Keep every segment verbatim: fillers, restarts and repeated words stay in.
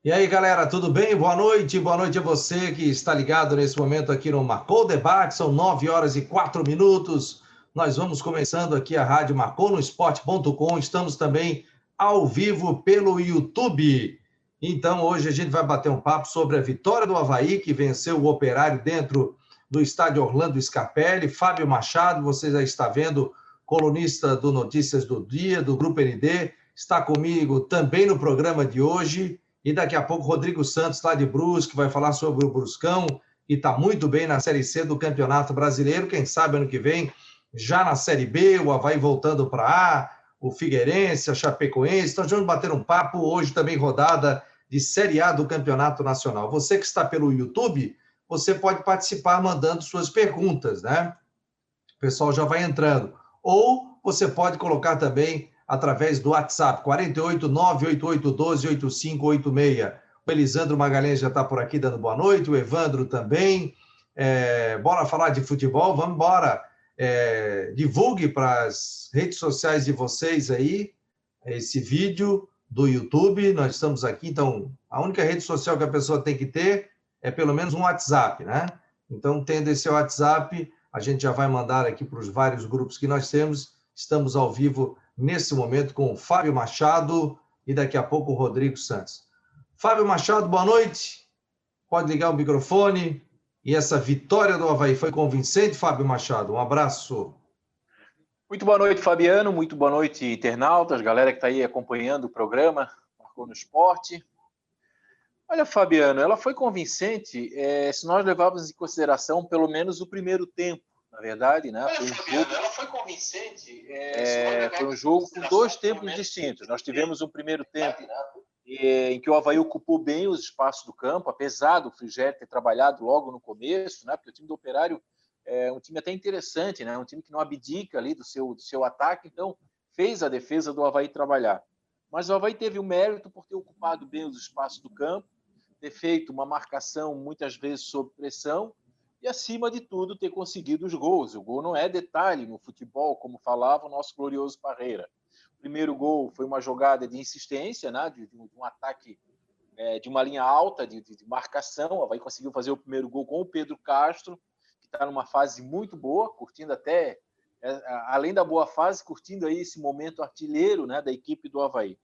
E aí, galera, tudo bem? Boa noite, boa noite a você que está ligado nesse momento aqui no Marcou Debate, são nove horas e quatro minutos. Nós vamos começando aqui a Rádio Marcou no esporte ponto com, estamos também ao vivo pelo YouTube. Então, hoje a gente vai bater um papo sobre a vitória do Avaí, que venceu o Operário dentro do estádio Orlando Scarpelli. Fábio Machado, você já está vendo, colunista do Notícias do Dia, do Grupo N D, está comigo também no programa de hoje. E daqui a pouco, Rodrigo Santos, lá de Brusque, vai falar sobre o Bruscão, que está muito bem na Série C do Campeonato Brasileiro. Quem sabe ano que vem, já na Série B, o Avaí voltando para A, o Figueirense, a Chapecoense. Então, vamos bater um papo. Hoje também rodada de Série A do Campeonato Nacional. Você que está pelo YouTube, você pode participar mandando suas perguntas, né? O pessoal já vai entrando. Ou você pode colocar também através do WhatsApp, quatro oito nove oito oito um dois oito cinco oito seis. O Elisandro Magalhães já está por aqui dando boa noite, o Evandro também. É, bora falar de futebol? Vamos embora. É, divulgue para as redes sociais de vocês aí esse vídeo do YouTube. Nós estamos aqui, então, a única rede social que a pessoa tem que ter é pelo menos um WhatsApp, né? Então, tendo esse WhatsApp, a gente já vai mandar aqui para os vários grupos que nós temos. Estamos ao vivo nesse momento com o Fábio Machado e daqui a pouco o Rodrigo Santos. Fábio Machado, boa noite. Pode ligar o microfone. E essa vitória do Avaí foi convincente, Fábio Machado? Um abraço. Muito boa noite, Fabiano. Muito boa noite, internautas, galera que está aí acompanhando o programa Marcou no Esporte. Olha, Fabiano, ela foi convincente é, se nós levarmos em consideração pelo menos o primeiro tempo. Na verdade, né? Foi um jogo, ela foi convincente. É, foi um jogo com dois tempos distintos. Nós tivemos um primeiro tempo em que o Avaí ocupou bem os espaços do campo, apesar do Frigério ter trabalhado logo no começo, né? Porque o time do Operário é um time até interessante, né? Um time que não abdica ali do seu, do seu ataque, então fez a defesa do Avaí trabalhar. Mas o Avaí teve o mérito por ter ocupado bem os espaços do campo, ter feito uma marcação muitas vezes sob pressão, e, acima de tudo, ter conseguido os gols. O gol não é detalhe no futebol, como falava o nosso glorioso Parreira. O primeiro gol foi uma jogada de insistência, né, de, de um ataque é, de uma linha alta, de, de, de marcação. O Avaí conseguiu fazer o primeiro gol com o Pedro Castro, que está numa fase muito boa, curtindo até, é, além da boa fase, curtindo aí esse momento artilheiro, né, da equipe do Avaí.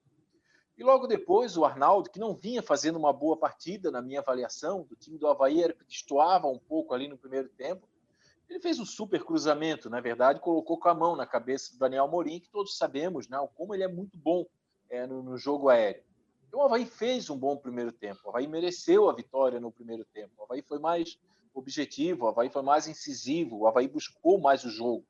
E logo depois o Arnaldo, que não vinha fazendo uma boa partida na minha avaliação, do time do Avaí era que destoava um pouco ali no primeiro tempo, ele fez um super cruzamento, na verdade, colocou com a mão na cabeça do Daniel Amorim, que todos sabemos, né, como ele é muito bom é, no, no jogo aéreo. Então o Avaí fez um bom primeiro tempo, o Avaí mereceu a vitória no primeiro tempo, o Avaí foi mais objetivo, o Avaí foi mais incisivo, o Avaí buscou mais o jogo.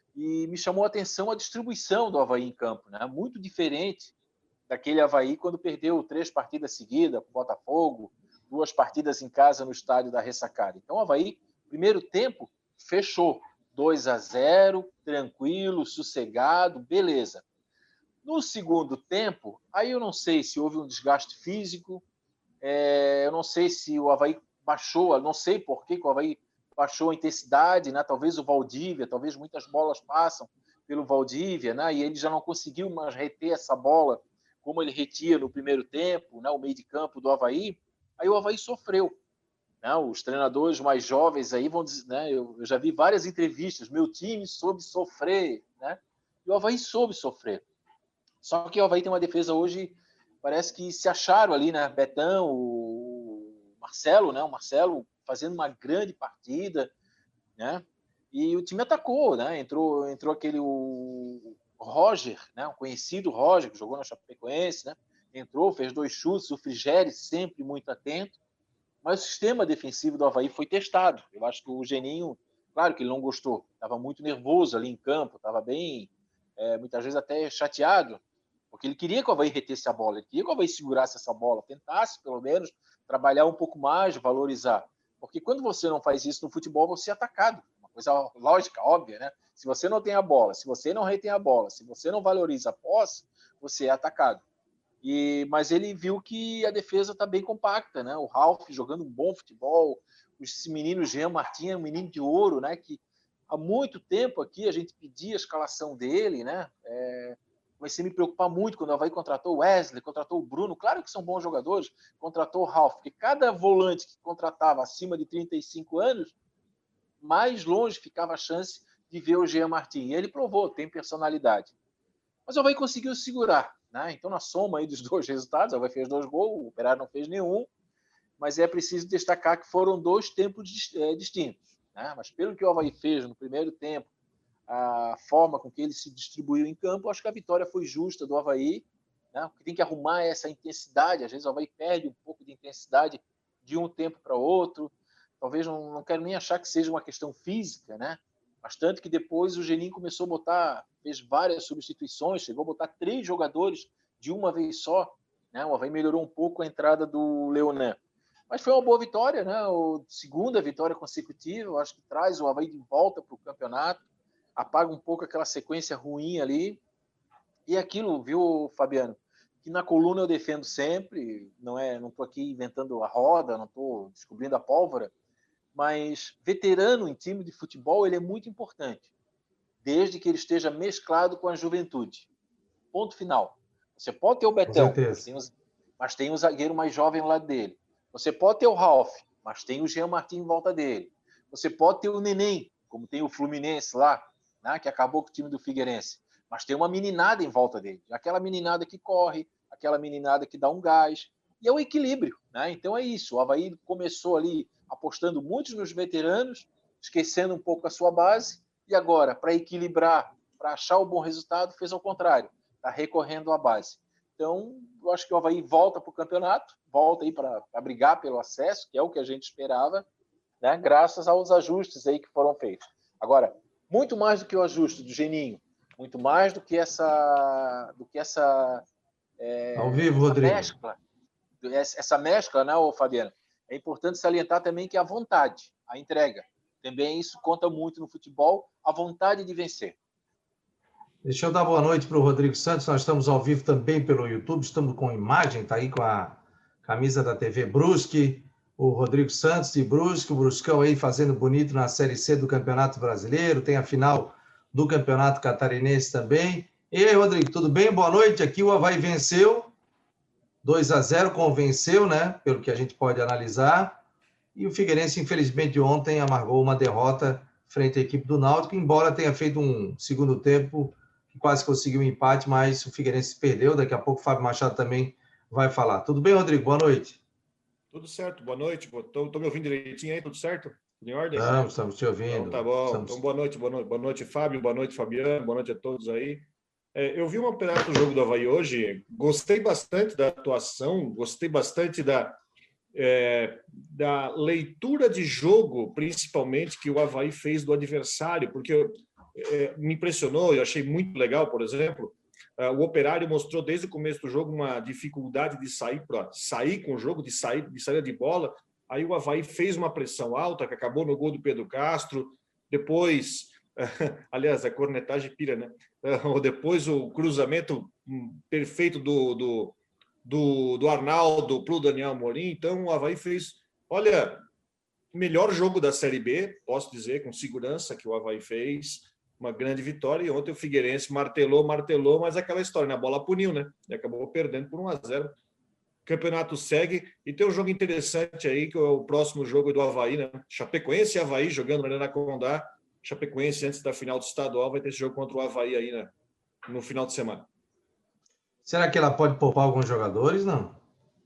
E me chamou a atenção a distribuição do Avaí em campo, né, muito diferente daquele Avaí quando perdeu três partidas seguidas com o Botafogo, duas partidas em casa no estádio da Ressacada. Então o Avaí, primeiro tempo, fechou. dois a zero, tranquilo, sossegado, beleza. No segundo tempo, aí eu não sei se houve um desgaste físico, é, eu não sei se o Avaí baixou, eu não sei por que o Avaí baixou a intensidade, né? Talvez o Valdívia, talvez muitas bolas passam pelo Valdívia, né? E ele já não conseguiu mais reter essa bola como ele retia no primeiro tempo, né, o meio de campo do Avaí, aí o Avaí sofreu. Né, os treinadores mais jovens aí vão dizer, né, eu, eu já vi várias entrevistas, meu time soube sofrer, né, e o Avaí soube sofrer. Só que o Avaí tem uma defesa hoje, parece que se acharam ali, né, Betão, o Marcelo, né, o Marcelo fazendo uma grande partida, né, e o time atacou, né, entrou, entrou aquele... O, Roger, né, um conhecido Roger, que jogou na Chapecoense, né, entrou, fez dois chutes, o Frigério sempre muito atento, mas o sistema defensivo do Avaí foi testado. Eu acho que o Geninho, claro que ele não gostou, estava muito nervoso ali em campo, estava bem, é, muitas vezes até chateado, porque ele queria que o Avaí retesse a bola, ele queria que o Avaí segurasse essa bola, tentasse pelo menos trabalhar um pouco mais, valorizar, porque quando você não faz isso no futebol, você é atacado. Coisa lógica, óbvia, né? Se você não tem a bola, se você não retém a bola, se você não valoriza a posse, você é atacado. E, mas ele viu que a defesa está bem compacta, né? O Ralf jogando um bom futebol, esse menino Jean Martin é um menino de ouro, né? Que há muito tempo aqui a gente pedia a escalação dele, né? É, comecei a me preocupar muito quando o Avaí contratou o Wesley, contratou o Bruno, claro que são bons jogadores, contratou o Ralf, porque cada volante que contratava acima de trinta e cinco anos, mais longe ficava a chance de ver o Jean Martin. E ele provou, tem personalidade. Mas o Avaí conseguiu segurar, né? Então, na soma aí dos dois resultados, o Avaí fez dois gols, o Operário não fez nenhum, mas é preciso destacar que foram dois tempos distintos, né? Mas pelo que o Avaí fez no primeiro tempo, a forma com que ele se distribuiu em campo, acho que a vitória foi justa do Avaí, né? Porque tem que arrumar essa intensidade, às vezes o Avaí perde um pouco de intensidade de um tempo para outro, talvez não, não quero nem achar que seja uma questão física, né? Mas tanto que depois o Geninho começou a botar, fez várias substituições, chegou a botar três jogadores de uma vez só, né? O Avaí melhorou um pouco a entrada do Leonan. Mas foi uma boa vitória, né? O segunda vitória consecutiva, eu acho que traz o Avaí de volta para o campeonato, apaga um pouco aquela sequência ruim ali. E aquilo, viu, Fabiano, que na coluna eu defendo sempre, não é, não estou aqui inventando a roda, não estou descobrindo a pólvora, mas veterano em time de futebol ele é muito importante, desde que ele esteja mesclado com a juventude. Ponto final. Você pode ter o Betão, mas tem, os, mas tem um zagueiro mais jovem ao lado dele. Você pode ter o Ralf, mas tem o Jean Martin em volta dele. Você pode ter o Neném, como tem o Fluminense lá, né, que acabou com o time do Figueirense, mas tem uma meninada em volta dele. Aquela meninada que corre, aquela meninada que dá um gás. E é o equilíbrio, né? Então é isso. O Avaí começou ali apostando muito nos veteranos, esquecendo um pouco a sua base, e agora, para equilibrar, para achar o bom resultado, fez ao contrário, está recorrendo à base. Então, eu acho que o Avaí volta para o campeonato, volta aí para brigar pelo acesso, que é o que a gente esperava, né? Graças aos ajustes aí que foram feitos. Agora, muito mais do que o ajuste do Geninho, muito mais do que essa, do que essa, é, Ao vivo, essa Rodrigo. mescla, essa mescla, né, Fabiano? É importante salientar também que a vontade, a entrega, também isso conta muito no futebol, a vontade de vencer. Deixa eu dar boa noite para o Rodrigo Santos. Nós estamos ao vivo também pelo YouTube, estamos com imagem, está aí com a camisa da T V Brusque, o Rodrigo Santos de Brusque, o Bruscão aí fazendo bonito na Série C do Campeonato Brasileiro, tem a final do Campeonato Catarinense também. E aí, Rodrigo, tudo bem? Boa noite. Aqui o Avaí venceu, dois a zero, convenceu, né? Pelo que a gente pode analisar. E o Figueirense, infelizmente, ontem amargou uma derrota frente à equipe do Náutico, embora tenha feito um segundo tempo que quase conseguiu um empate, mas o Figueirense perdeu. Daqui a pouco o Fábio Machado também vai falar. Tudo bem, Rodrigo? Boa noite. Tudo certo, boa noite. Estou me ouvindo direitinho aí, tudo certo? Tudo em ordem? Estamos, estamos te ouvindo. Então, tá bom. Estamos... Então, boa noite, boa noite, boa noite, Fábio, boa noite, Fabiano, boa noite a todos aí. É, eu vi uma pedaço do jogo do Avaí hoje, gostei bastante da atuação, gostei bastante da, é, da leitura de jogo, principalmente, que o Avaí fez do adversário, porque é, me impressionou, eu achei muito legal, por exemplo, o Operário mostrou desde o começo do jogo uma dificuldade de sair para sair com o jogo, de sair de saída de bola. Aí o Avaí fez uma pressão alta, que acabou no gol do Pedro Castro. Depois, aliás, a cornetagem pira, né? Depois o cruzamento perfeito do, do, do, do Arnaldo para o Daniel Amorim. Então o Avaí fez, olha, melhor jogo da Série B, posso dizer com segurança que o Avaí fez. Uma grande vitória, e ontem o Figueirense martelou, martelou, mas aquela história, né? A bola puniu, né? E acabou perdendo por um a zero. O campeonato segue, e tem um jogo interessante aí, que é o próximo jogo do Avaí, né? Chapecoense e Avaí jogando na Arena Condá. Chapecoense, antes da final do estadual, vai ter esse jogo contra o Avaí aí, né? No final de semana. Será que ela pode poupar alguns jogadores, não?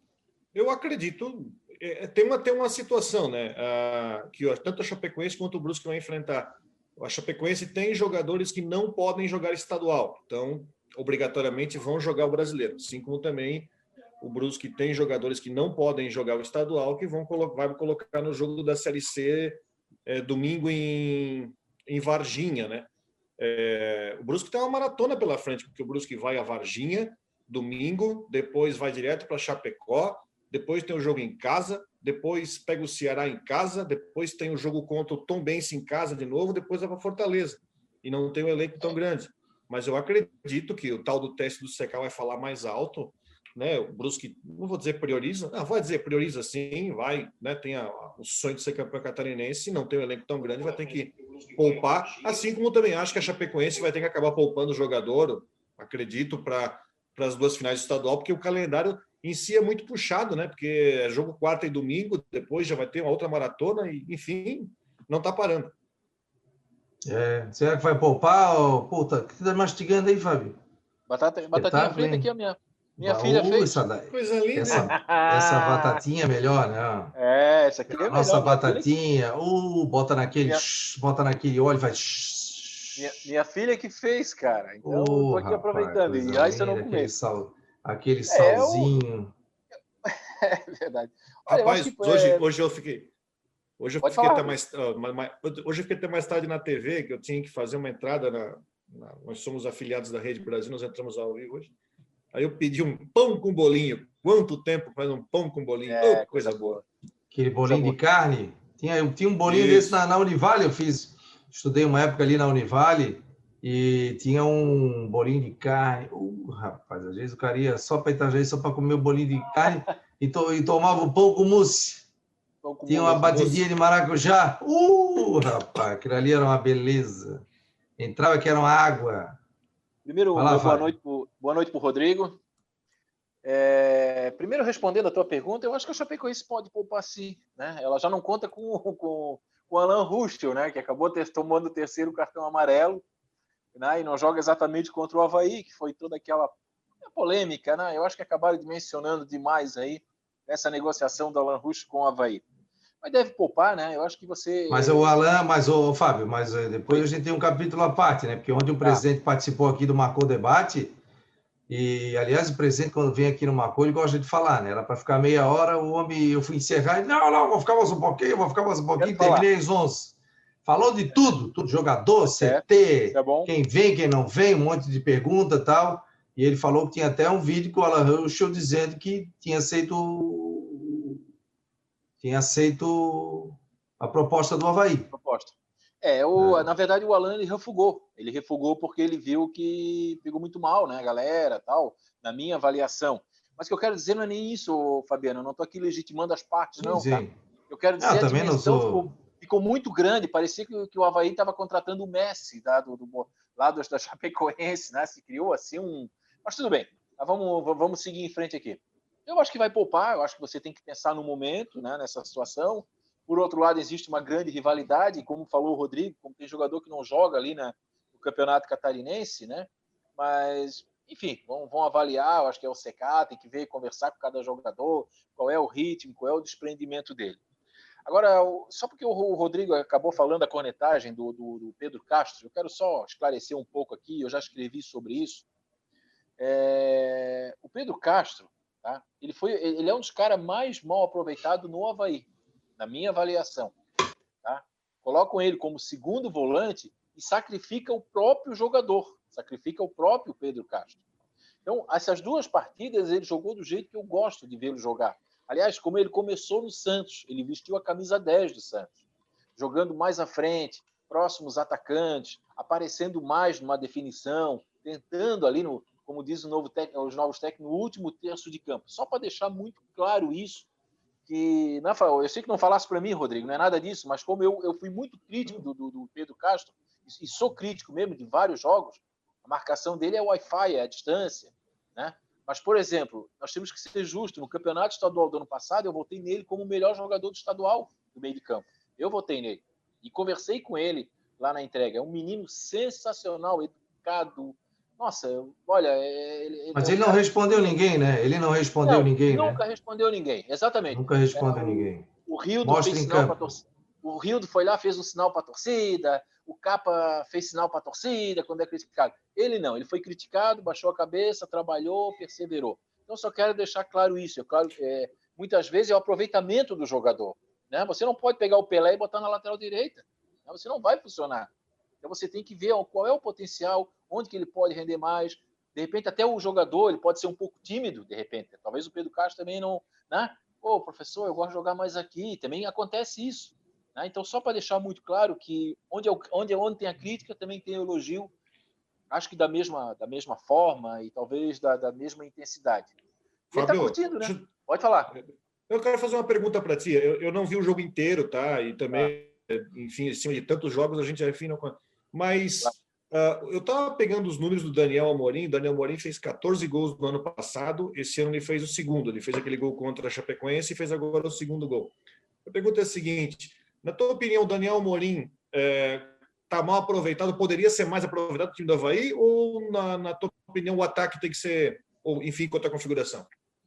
Eu acredito. É, tem, uma, tem uma situação, né? Ah, que ó, tanto a Chapecoense quanto o Brusque vão enfrentar. A Chapecoense tem jogadores que não podem jogar estadual, então, obrigatoriamente, vão jogar o brasileiro. Assim como também o Brusque tem jogadores que não podem jogar o estadual, que vão colo- vai colocar no jogo da Série C é, domingo em, em Varginha, né? É, o Brusque tem uma maratona pela frente, porque o Brusque vai a Varginha domingo, depois vai direto para Chapecó, depois tem o jogo em casa, depois pega o Ceará em casa, depois tem o jogo contra o Tombense em casa de novo, depois vai para Fortaleza. E não tem um elenco tão grande. Mas eu acredito que o tal do teste do Secal vai falar mais alto, né? O Brusque, não vou dizer prioriza, não, vou dizer prioriza sim, vai, né? Tem a, o sonho de ser campeão catarinense, não tem um elenco tão grande, vai ter que poupar, assim como também acho que a Chapecoense vai ter que acabar poupando o jogador, acredito, para as duas finais do estadual, porque o calendário em si é muito puxado, né? Porque é jogo quarta e domingo, depois já vai ter uma outra maratona, e, enfim, não está parando. É, será que vai poupar? Oh, puta, o que você tá mastigando aí, Fábio? Batata, batatinha frita aqui, a minha, minha filha Uh, fez. essa, daí, Coisa linda, essa, essa batatinha é melhor, né? É, essa aqui é A melhor. nossa Minha filha, batatinha, uh, bota naquele, minha, shh, bota naquele óleo, faz. minha, minha filha que fez, cara. Então, eu Uh, tô aqui rapaz, aproveitando. E coisa aí, se eu não linda, aquele comer. sal, aquele É, o, salzinho. é verdade. Olha, eu acho Rapaz, que. hoje, É, hoje eu fiquei. Hoje eu pode fiquei até falar. mais, hoje eu fiquei até mais tarde na T V, que eu tinha que fazer uma entrada na, na nós somos afiliados da Rede Brasil, nós entramos ao vivo hoje. Aí eu pedi um pão com bolinho. Quanto tempo faz um pão com bolinho? É, Oh, coisa coisa boa. boa. Aquele Coisa bolinho de boa. carne. Tinha, eu tinha um bolinho desse Isso. na, na Univale, eu fiz, estudei uma época ali na Univale e tinha um bolinho de carne. Uh, rapaz, às vezes o cara ia só para Itajaí, só para comer o bolinho de carne e, to, e tomava o pão com mousse. Pão com Tinha uma mousse. batidinha de maracujá. Uh, rapaz, aquilo ali era uma beleza. Entrava que era uma água. Primeiro, Vai lá, meu boa Fábio. noite pro, boa noite para o Rodrigo. É, primeiro, respondendo a tua pergunta, eu acho que a Chapecoense pode poupar sim, né? Ela já não conta com, com, com o Alan Ruschel, né? Que acabou ter, tomando o terceiro cartão amarelo, né? E não joga exatamente contra o Avaí, que foi toda aquela polêmica, né? Eu acho que acabaram mencionando demais aí essa negociação do Alan Ruschel com o Avaí. Mas deve poupar, né? Eu acho que você... Mas o Alan, mas o Fábio, mas depois Oi. a gente tem um capítulo à parte, né? Porque ontem o presidente tá. participou aqui do Marcou Debate. E, aliás, o presidente, quando vem aqui no Marcou, ele gosta de falar, né? Era para ficar meia hora, o homem, eu fui encerrar, ele, não, não, vou ficar mais um pouquinho, vou ficar mais um pouquinho, terminei às onze. Falou de tudo, tudo, jogador, C T, é bom. quem vem, quem não vem, um monte de pergunta e tal. E ele falou que tinha até um vídeo com o Alan Ruschel dizendo que tinha aceito, tinha aceito a proposta do Avaí. Proposta. É, o, é. Na verdade, o Alan ele refugou. Ele refugou porque ele viu que pegou muito mal, né, a galera, tal, na minha avaliação. Mas o que eu quero dizer não é nem isso, Fabiano. Eu não estou aqui legitimando as partes, não, sim, sim. Tá? Eu quero dizer ah, a dimensão sou... ficou, ficou muito grande. Parecia que, que o Avaí estava contratando o Messi da, do, do, lá do, da Chapecoense, né? Se criou assim um... Mas tudo bem. Mas vamos, vamos seguir em frente aqui. Eu acho que vai poupar. Eu acho que você tem que pensar no momento, né, nessa situação. Por outro lado, existe uma grande rivalidade, como falou o Rodrigo, como tem jogador que não joga ali, né, no Campeonato Catarinense, né? Mas, enfim, vão, vão avaliar, eu acho que é o C K, tem que ver, conversar com cada jogador, qual é o ritmo, qual é o desprendimento dele. Agora, só porque o Rodrigo acabou falando da cornetagem do, do, do Pedro Castro, eu quero só esclarecer um pouco aqui, eu já escrevi sobre isso. É, o Pedro Castro, tá? ele, foi, ele é um dos caras mais mal aproveitados no Avaí, na minha avaliação. Tá? Colocam ele como segundo volante e sacrifica o próprio jogador, sacrifica o próprio Pedro Castro. Então, essas duas partidas ele jogou do jeito que eu gosto de vê-lo jogar. Aliás, como ele começou no Santos, ele vestiu a camisa dez do Santos, jogando mais à frente, próximos atacantes, aparecendo mais numa definição, tentando ali, no, como diz o novo tec, os novos técnicos, no último terço de campo. Só para deixar muito claro isso, que não, eu sei que não falasse para mim, Rodrigo, não é nada disso, mas como eu, eu fui muito crítico do, do, do Pedro Castro, e sou crítico mesmo de vários jogos, a marcação dele é Wi-Fi, é a distância, né? Mas, por exemplo, nós temos que ser justos. No campeonato estadual do ano passado, eu votei nele como o melhor jogador do estadual do meio de campo. Eu votei nele. E conversei com ele lá na entrega. É um menino sensacional, educado. Nossa, olha... Ele, Mas é ele não cara... respondeu ninguém, né? Ele não respondeu não, ninguém, nunca né? respondeu ninguém. Exatamente. Nunca respondeu é, o, ninguém. O Rildo Mostra fez em sinal para campo. torcida. O Rildo foi lá, fez um sinal para a torcida. O Capa fez sinal para a torcida quando é criticado. Ele não, ele foi criticado, baixou a cabeça, trabalhou, perseverou. Então, só quero deixar claro isso. É claro, é, muitas vezes é o aproveitamento do jogador. Né? Você não pode pegar o Pelé e botar na lateral direita. Né? Você não vai funcionar. Então, você tem que ver qual é o potencial, onde que ele pode render mais. De repente, até o jogador ele pode ser um pouco tímido, de repente. Talvez o Pedro Castro também não... Né? Pô, professor, eu gosto de jogar mais aqui. Também acontece isso. Né? Então, só para deixar muito claro que onde, onde, onde tem a crítica, também tem o elogio. Acho que da mesma, da mesma forma e talvez da, da mesma intensidade. E Fábio, ele está curtindo, né? Eu... Pode falar. Eu quero fazer uma pergunta para ti. Eu, eu não vi o jogo inteiro, tá? E também, tá. enfim, acima de tantos jogos, a gente, enfim, não... Mas, Uh, eu estava pegando os números do Daniel Amorim. O Daniel Amorim fez quatorze gols no ano passado. Esse ano ele fez o segundo. Ele fez aquele gol contra a Chapecoense e fez agora o segundo gol. A pergunta é a seguinte: na tua opinião, o Daniel Amorim está é, mal aproveitado? Poderia ser mais aproveitado do time do Avaí? Ou, na, na tua opinião, o ataque tem que ser, ou enfim, contra a configuração?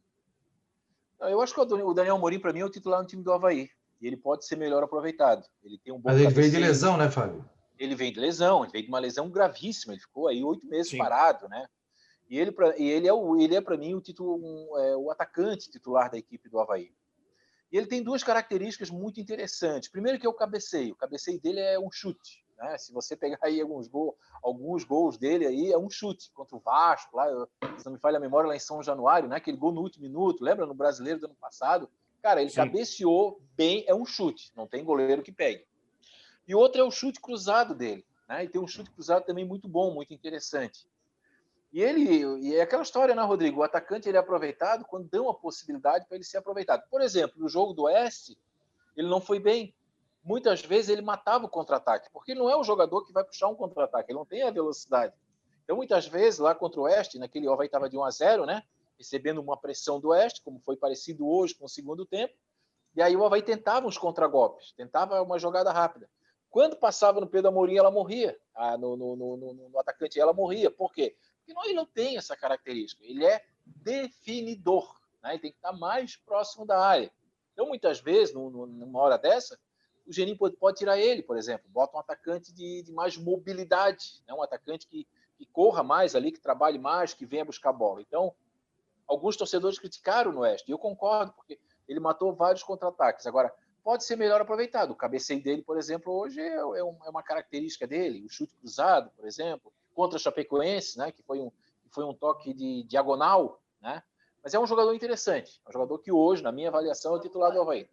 Eu acho que o Daniel Amorim, para mim, é o titular no time do Avaí. E ele pode ser melhor aproveitado. Ele tem um bom Mas ele cabeceio. veio de lesão, né, Fábio? Ele vem de lesão, ele veio de uma lesão gravíssima. Ele ficou aí oito meses Sim. parado, né? E ele, pra, e ele é, o, ele é para mim, o, título, um, é, o atacante titular da equipe do Avaí. E ele tem duas características muito interessantes. Primeiro que é o cabeceio. O cabeceio dele é um chute. Né? Se você pegar aí alguns, gol, alguns gols dele, aí é um chute. Contra o Vasco, lá, se não me falha a memória, lá em São Januário, né? Aquele gol no último minuto, lembra? No Brasileiro do ano passado. Cara, ele Sim. cabeceou bem, é um chute. Não tem goleiro que pegue. E o outro é o chute cruzado dele. Né? E tem um chute cruzado também muito bom, muito interessante. E ele, e é aquela história, né, Rodrigo? O atacante ele é aproveitado quando dão a possibilidade para ele ser aproveitado. Por exemplo, no jogo do Oeste, ele não foi bem. Muitas vezes ele matava o contra-ataque, porque ele não é um jogador que vai puxar um contra-ataque, ele não tem a velocidade. Então, muitas vezes, lá contra o Oeste, naquele Avaí estava de um a zero, né? Recebendo uma pressão do Oeste, como foi parecido hoje com o segundo tempo, e aí o Avaí tentava uns contragolpes, tentava uma jogada rápida. Quando passava no Pedro Amorim, ela morria. Ah, no, no, no, no, no atacante, ela morria. Por quê? Porque não, ele não tem essa característica. Ele é definidor. Né? Ele tem que estar mais próximo da área. Então, muitas vezes, numa hora dessa, o Geninho pode, pode tirar ele, por exemplo. Bota um atacante de, de mais mobilidade. Né? Um atacante que, que corra mais ali, que trabalhe mais, que venha buscar bola. Então, alguns torcedores criticaram o Oeste. E eu concordo, porque ele matou vários contra-ataques. Agora, pode ser melhor aproveitado. O cabeceio dele, por exemplo, hoje é, é, um, é uma característica dele. O chute cruzado, por exemplo, contra a Chapecoense, né, que foi um, que foi um toque de diagonal. Né? Mas é um jogador interessante. É um jogador que hoje, na minha avaliação, é o titular do Avaí.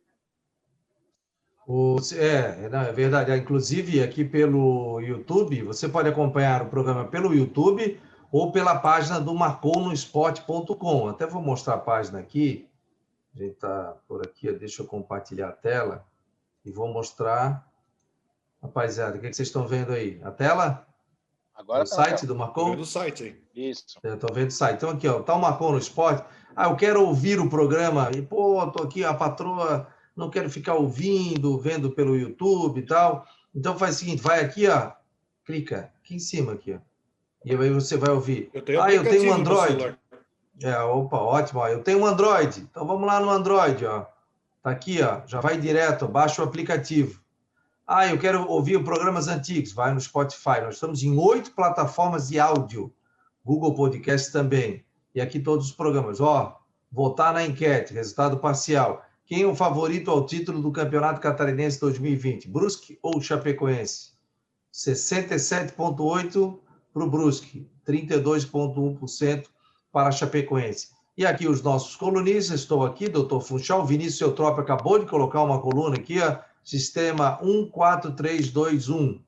O, é, não, é verdade. Inclusive, aqui pelo YouTube, você pode acompanhar o programa pelo YouTube ou pela página do marcou no esporte ponto com. Até vou mostrar a página aqui. A gente está por aqui, deixa eu compartilhar a tela e vou mostrar. Rapaziada, o que vocês estão vendo aí? A tela? Agora do tá site do Marcou? Do site. Isso. Eu estou vendo o site. Então aqui, ó, tá o Marcou no Esporte. Ah, eu quero ouvir o programa. E, pô, tô aqui, a patroa, não quero ficar ouvindo, vendo pelo YouTube e tal. Então faz o seguinte, vai aqui, ó, clica aqui em cima aqui, ó. E aí você vai ouvir. Eu tenho ah, eu tenho um no Android. É, opa, ótimo. Ó. Eu tenho um Android. Então vamos lá no Android, ó. Tá aqui, ó. Já vai direto, ó. Baixa o aplicativo. Ah, eu quero ouvir programas antigos. Vai no Spotify. Nós estamos em oito plataformas de áudio. Google Podcast também. E aqui todos os programas. Ó, votar na enquete, resultado parcial. Quem é o favorito ao título do Campeonato Catarinense dois mil e vinte? Brusque ou Chapecoense? sessenta e sete vírgula oito por cento para o Brusque, trinta e dois vírgula um por cento para a Chapecoense. E aqui os nossos colunistas, estou aqui, doutor Funchal, Vinícius Eutrópio acabou de colocar uma coluna aqui, ó, sistema um quatro três dois um.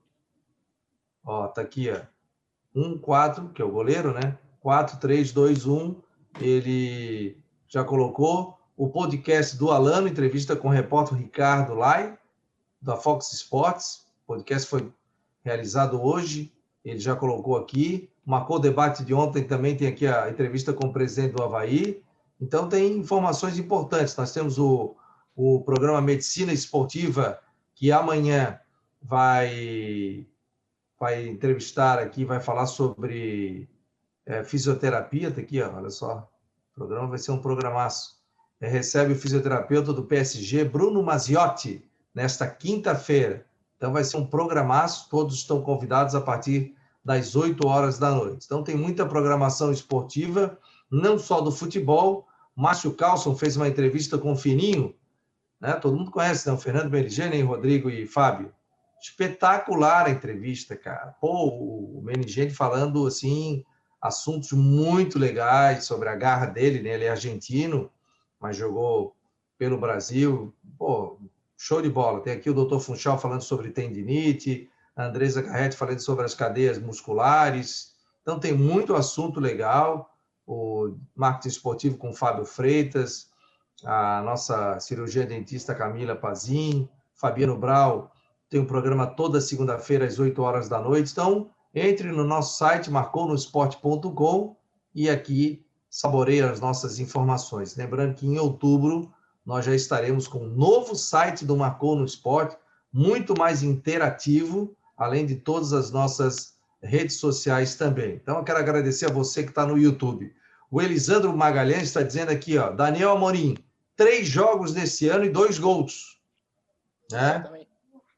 Ó, tá aqui, ó, um quatro, que é o goleiro, né? quatro três dois um, ele já colocou o podcast do Alano, entrevista com o repórter Ricardo Lai, da Fox Sports. O podcast foi realizado hoje, ele já colocou aqui. Marcou o debate de ontem, também tem aqui a entrevista com o presidente do Avaí. Então, tem informações importantes. Nós temos o, o programa Medicina Esportiva, que amanhã vai, vai entrevistar aqui, vai falar sobre é, fisioterapia. Está aqui, ó, olha só. O programa vai ser um programaço. É, recebe o fisioterapeuta do P S G, Bruno Maziotti, nesta quinta-feira. Então, vai ser um programaço. Todos estão convidados a partir das oito horas da noite. Então, tem muita programação esportiva, não só do futebol. Márcio Carlson fez uma entrevista com o Fininho, né? Todo mundo conhece, né? O Fernando Menigene, Rodrigo e Fábio. Espetacular a entrevista, cara. Pô, o Menigene falando, assim, assuntos muito legais sobre a garra dele, né? Ele é argentino, mas jogou pelo Brasil. Pô, show de bola. Tem aqui o doutor Funchal falando sobre tendinite, a Andresa Carretti falando sobre as cadeias musculares. Então, tem muito assunto legal. O marketing esportivo com o Fábio Freitas, a nossa cirurgia dentista Camila Pazin, Fabiano Brau, tem um programa toda segunda-feira às oito horas da noite. Então, entre no nosso site, marcou no esporte ponto com, e aqui saboreie as nossas informações. Lembrando que em outubro nós já estaremos com um novo site do Marcou no Esporte, muito mais interativo, além de todas as nossas redes sociais também. Então, eu quero agradecer a você que está no YouTube. O Elisandro Magalhães está dizendo aqui, ó, Daniel Amorim, três jogos nesse ano e dois gols. Né? Exatamente.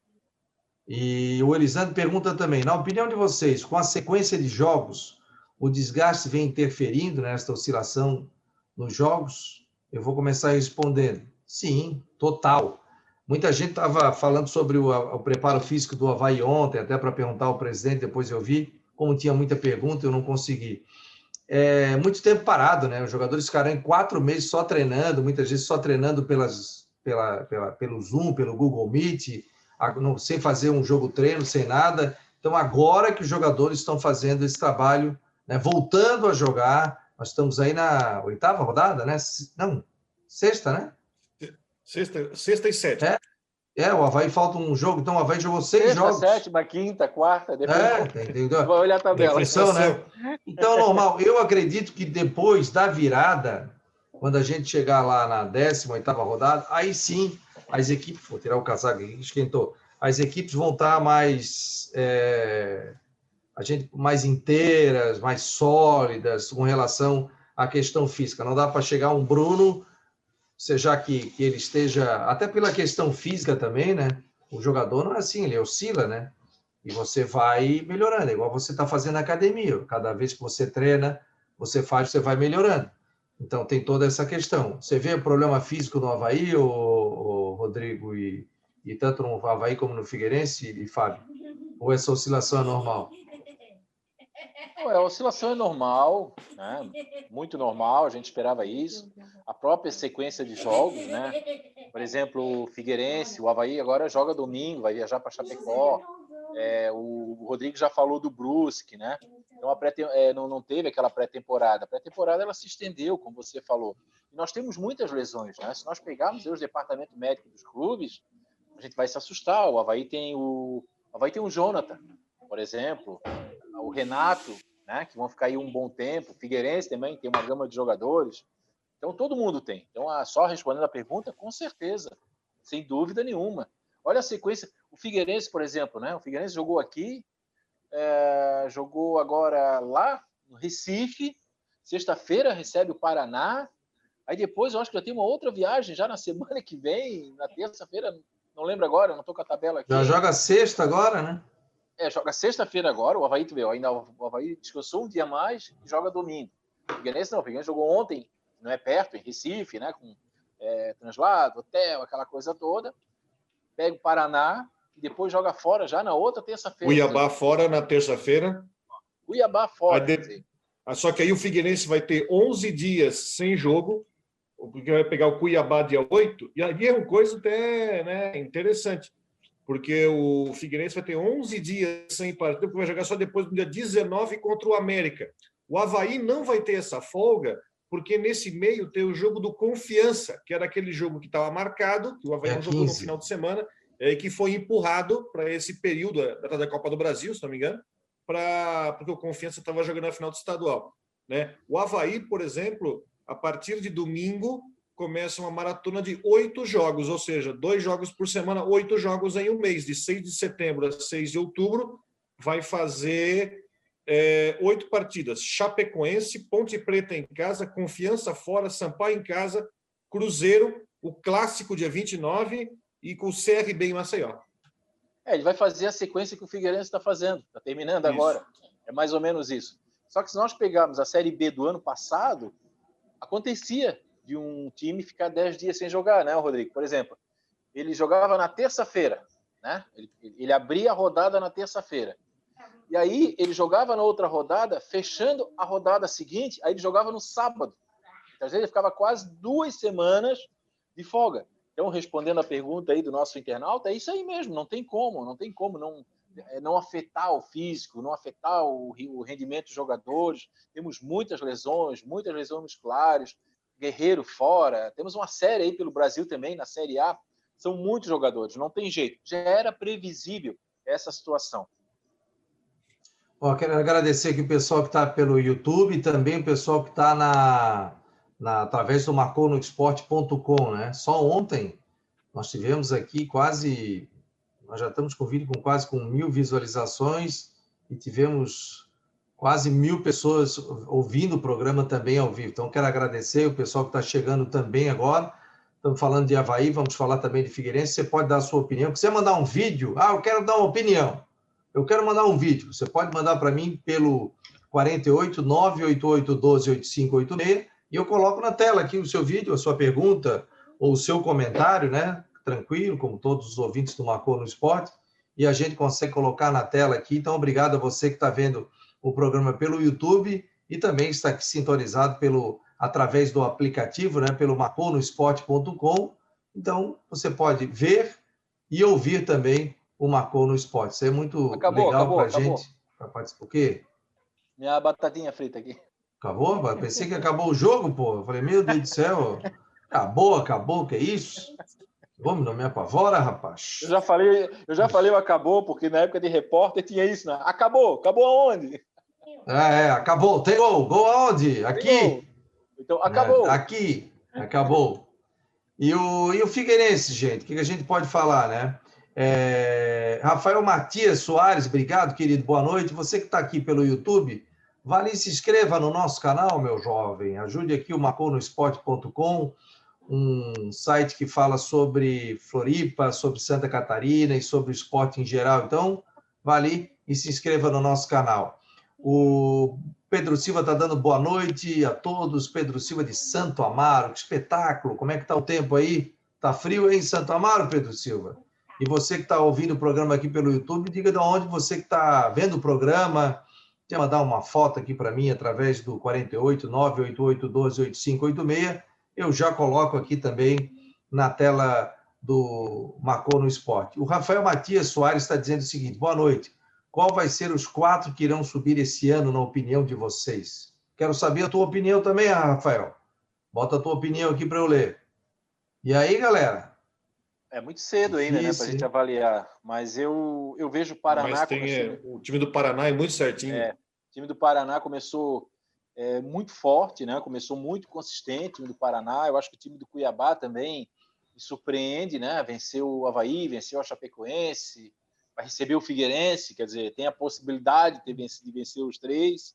E o Elisandro pergunta também, na opinião de vocês, com a sequência de jogos, o desgaste vem interferindo nesta oscilação nos jogos? Eu vou começar respondendo. Sim, total. Muita gente estava falando sobre o, o preparo físico do Avaí ontem, até para perguntar ao presidente, depois eu vi. Como tinha muita pergunta, eu não consegui. É, muito tempo parado, né? Os jogadores ficaram em quatro meses só treinando, muitas vezes só treinando pelas, pela, pela, pelo Zoom, pelo Google Meet, sem fazer um jogo treino, sem nada. Então, agora que os jogadores estão fazendo esse trabalho, né, voltando a jogar, nós estamos aí na oitava rodada, né? Não, sexta, né? Sexta, sexta e sétima. É, é, o Avaí falta um jogo, então o Avaí jogou seis Sexta, jogos. sétima, quinta, quarta, depois é, entendeu? vai olhar a tabela. Função, né? Então, normal. Eu acredito que depois da virada, quando a gente chegar lá na décima oitava rodada, aí sim, as equipes, vou tirar o casaco aqui, esquentou, as equipes vão estar mais, é, a gente, mais inteiras, mais sólidas com relação à questão física. Não dá para chegar um Bruno, seja que, que ele esteja, até pela questão física também, né? O jogador não é assim, ele oscila, né? E você vai melhorando, igual você está fazendo na academia. Cada vez que você treina, você faz, você vai melhorando. Então, tem toda essa questão. Você vê o problema físico no Avaí, o, o Rodrigo, e, e tanto no Avaí como no Figueirense, e Fábio? Ou essa oscilação é normal? A oscilação é normal, né? Muito normal, a gente esperava isso. A própria sequência de jogos, né? Por exemplo, o Figueirense, o Avaí agora joga domingo, vai viajar para Chapecó. É, o Rodrigo já falou do Brusque, né? Então a pré é, não, não teve aquela pré-temporada. A pré-temporada ela se estendeu, como você falou. E nós temos muitas lesões, né? Se nós pegarmos os departamentos médicos dos clubes, a gente vai se assustar. O Avaí tem o, o Avaí tem o Jonathan, por exemplo, o Renato, né? Que vão ficar aí um bom tempo. O Figueirense também tem uma gama de jogadores. Então todo mundo tem. Então só respondendo a pergunta, com certeza, sem dúvida nenhuma. Olha a sequência. O Figueirense, por exemplo, né? O Figueirense jogou aqui, é, jogou agora lá no Recife, sexta-feira recebe o Paraná, aí depois eu acho que já tem uma outra viagem já na semana que vem, na terça-feira, não lembro agora, não estou com a tabela aqui. Já joga sexta agora, né? É, joga sexta-feira agora, o Avaí, tu vê, ainda o Avaí descansou um dia mais e joga domingo. O Figueirense não, o Figueirense jogou ontem, não é perto, em Recife, né? Com é, translado, hotel, aquela coisa toda. Pega o Paraná e depois joga fora já na outra terça-feira. Cuiabá fora na terça-feira. Cuiabá fora. De... Só que aí o Figueirense vai ter onze dias sem jogo, porque vai pegar o Cuiabá dia oito, e aí é uma coisa até, né, interessante, porque o Figueirense vai ter onze dias sem partida, porque vai jogar só depois do dia dezenove contra o América. O Avaí não vai ter essa folga, porque nesse meio tem o jogo do Confiança, que era aquele jogo que estava marcado, que o Avaí não jogou no final de semana, e que foi empurrado para esse período da, da Copa do Brasil, se não me engano, pra, porque o Confiança estava jogando na final do estadual. Né? O Avaí, por exemplo, a partir de domingo, começa uma maratona de oito jogos, ou seja, dois jogos por semana, oito jogos em um mês, de seis de setembro a seis de outubro, vai fazer... É, oito partidas: Chapecoense, Ponte Preta em casa, Confiança fora, Sampaio em casa, Cruzeiro, o Clássico dia vinte e nove e com o C R B em Maceió. É, ele vai fazer a sequência que o Figueirense está fazendo, está terminando isso. Agora. É mais ou menos isso. Só que se nós pegarmos a Série B do ano passado, acontecia de um time ficar dez dias sem jogar, né, Rodrigo? Por exemplo, ele jogava na terça-feira, né? Ele, ele abria a rodada na terça-feira. E aí ele jogava na outra rodada, fechando a rodada seguinte, aí ele jogava no sábado. Então, às vezes ele ficava quase duas semanas de folga. Então, respondendo a pergunta aí do nosso internauta, é isso aí mesmo, não tem como, não tem como não, não afetar o físico, não afetar o, o rendimento dos jogadores. Temos muitas lesões, muitas lesões musculares, Guerreiro fora, temos uma série aí pelo Brasil também, na Série A, são muitos jogadores, não tem jeito. Já era previsível essa situação. Ó, quero agradecer aqui o pessoal que está pelo YouTube e também o pessoal que está na, na, através do marcou no esporte ponto com, né? Só ontem nós tivemos aqui quase, nós já estamos com vídeo com quase com mil visualizações e tivemos quase mil pessoas ouvindo o programa também ao vivo. Então, quero agradecer o pessoal que está chegando também agora. Estamos falando de Avaí, vamos falar também de Figueirense. Você pode dar a sua opinião. Se você mandar um vídeo, ah, eu quero dar uma opinião. Eu quero mandar um vídeo. Você pode mandar para mim pelo quarenta e oito, nove oito oito, doze, oitenta e cinco oitenta e seis e eu coloco na tela aqui o seu vídeo, a sua pergunta ou o seu comentário, né? Tranquilo, como todos os ouvintes do Marcou no Esporte, e a gente consegue colocar na tela aqui. Então, obrigado a você que está vendo o programa pelo YouTube e também está aqui sintonizado pelo, através do aplicativo, né? Pelo marcou no esporte ponto com. Então, você pode ver e ouvir também o Marcou no Esporte. Isso é muito acabou, legal para a acabou. gente. Para participar. O quê? Minha batatinha frita aqui. Acabou? Pensei que acabou o jogo, pô. Eu falei, meu Deus do céu. Acabou, acabou, que é isso? Vamos, não me apavora, rapaz. Eu já falei, eu já falei o acabou, porque na época de repórter tinha isso, né? Acabou, acabou aonde? É, é, acabou. Tem gol. Gol aonde? Aqui. Então, acabou. É, aqui. Acabou. E o, e o Figueirense, gente, o que a gente pode falar, né? É, Rafael Matias Soares, obrigado, querido, boa noite. Você que está aqui pelo YouTube, vale e se inscreva no nosso canal, meu jovem. Ajude aqui o marcou no esporte ponto com, um site que fala sobre Floripa, sobre Santa Catarina e sobre o esporte em geral. Então, vale e se inscreva no nosso canal. O Pedro Silva está dando boa noite a todos. Pedro Silva de Santo Amaro, que espetáculo. Como é que está o tempo aí? Está frio aí em Santo Amaro, Pedro Silva? E você que está ouvindo o programa aqui pelo YouTube, diga de onde você que está vendo o programa. Quer mandar uma foto aqui para mim através do quarenta e oito, nove oito oito, doze, oitenta e cinco oitenta e seis. Eu já coloco aqui também na tela do Marcou no Esporte. O Rafael Matias Soares está dizendo o seguinte, boa noite. Qual vai ser os quatro que irão subir esse ano, na opinião de vocês? Quero saber a tua opinião também, Rafael. Bota a tua opinião aqui para eu ler. E aí, galera? É muito cedo ainda, Isso, né, para a gente avaliar. Mas eu, eu vejo o Paraná... Mas tem, começando... é, o time do Paraná é muito certinho. É, o time do Paraná começou é, muito forte, né? Começou muito consistente, o time do Paraná. Eu acho que o time do Cuiabá também me surpreende, né? Venceu o Avaí, venceu a Chapecoense, vai receber o Figueirense, quer dizer, tem a possibilidade de, ter vencido, de vencer os três.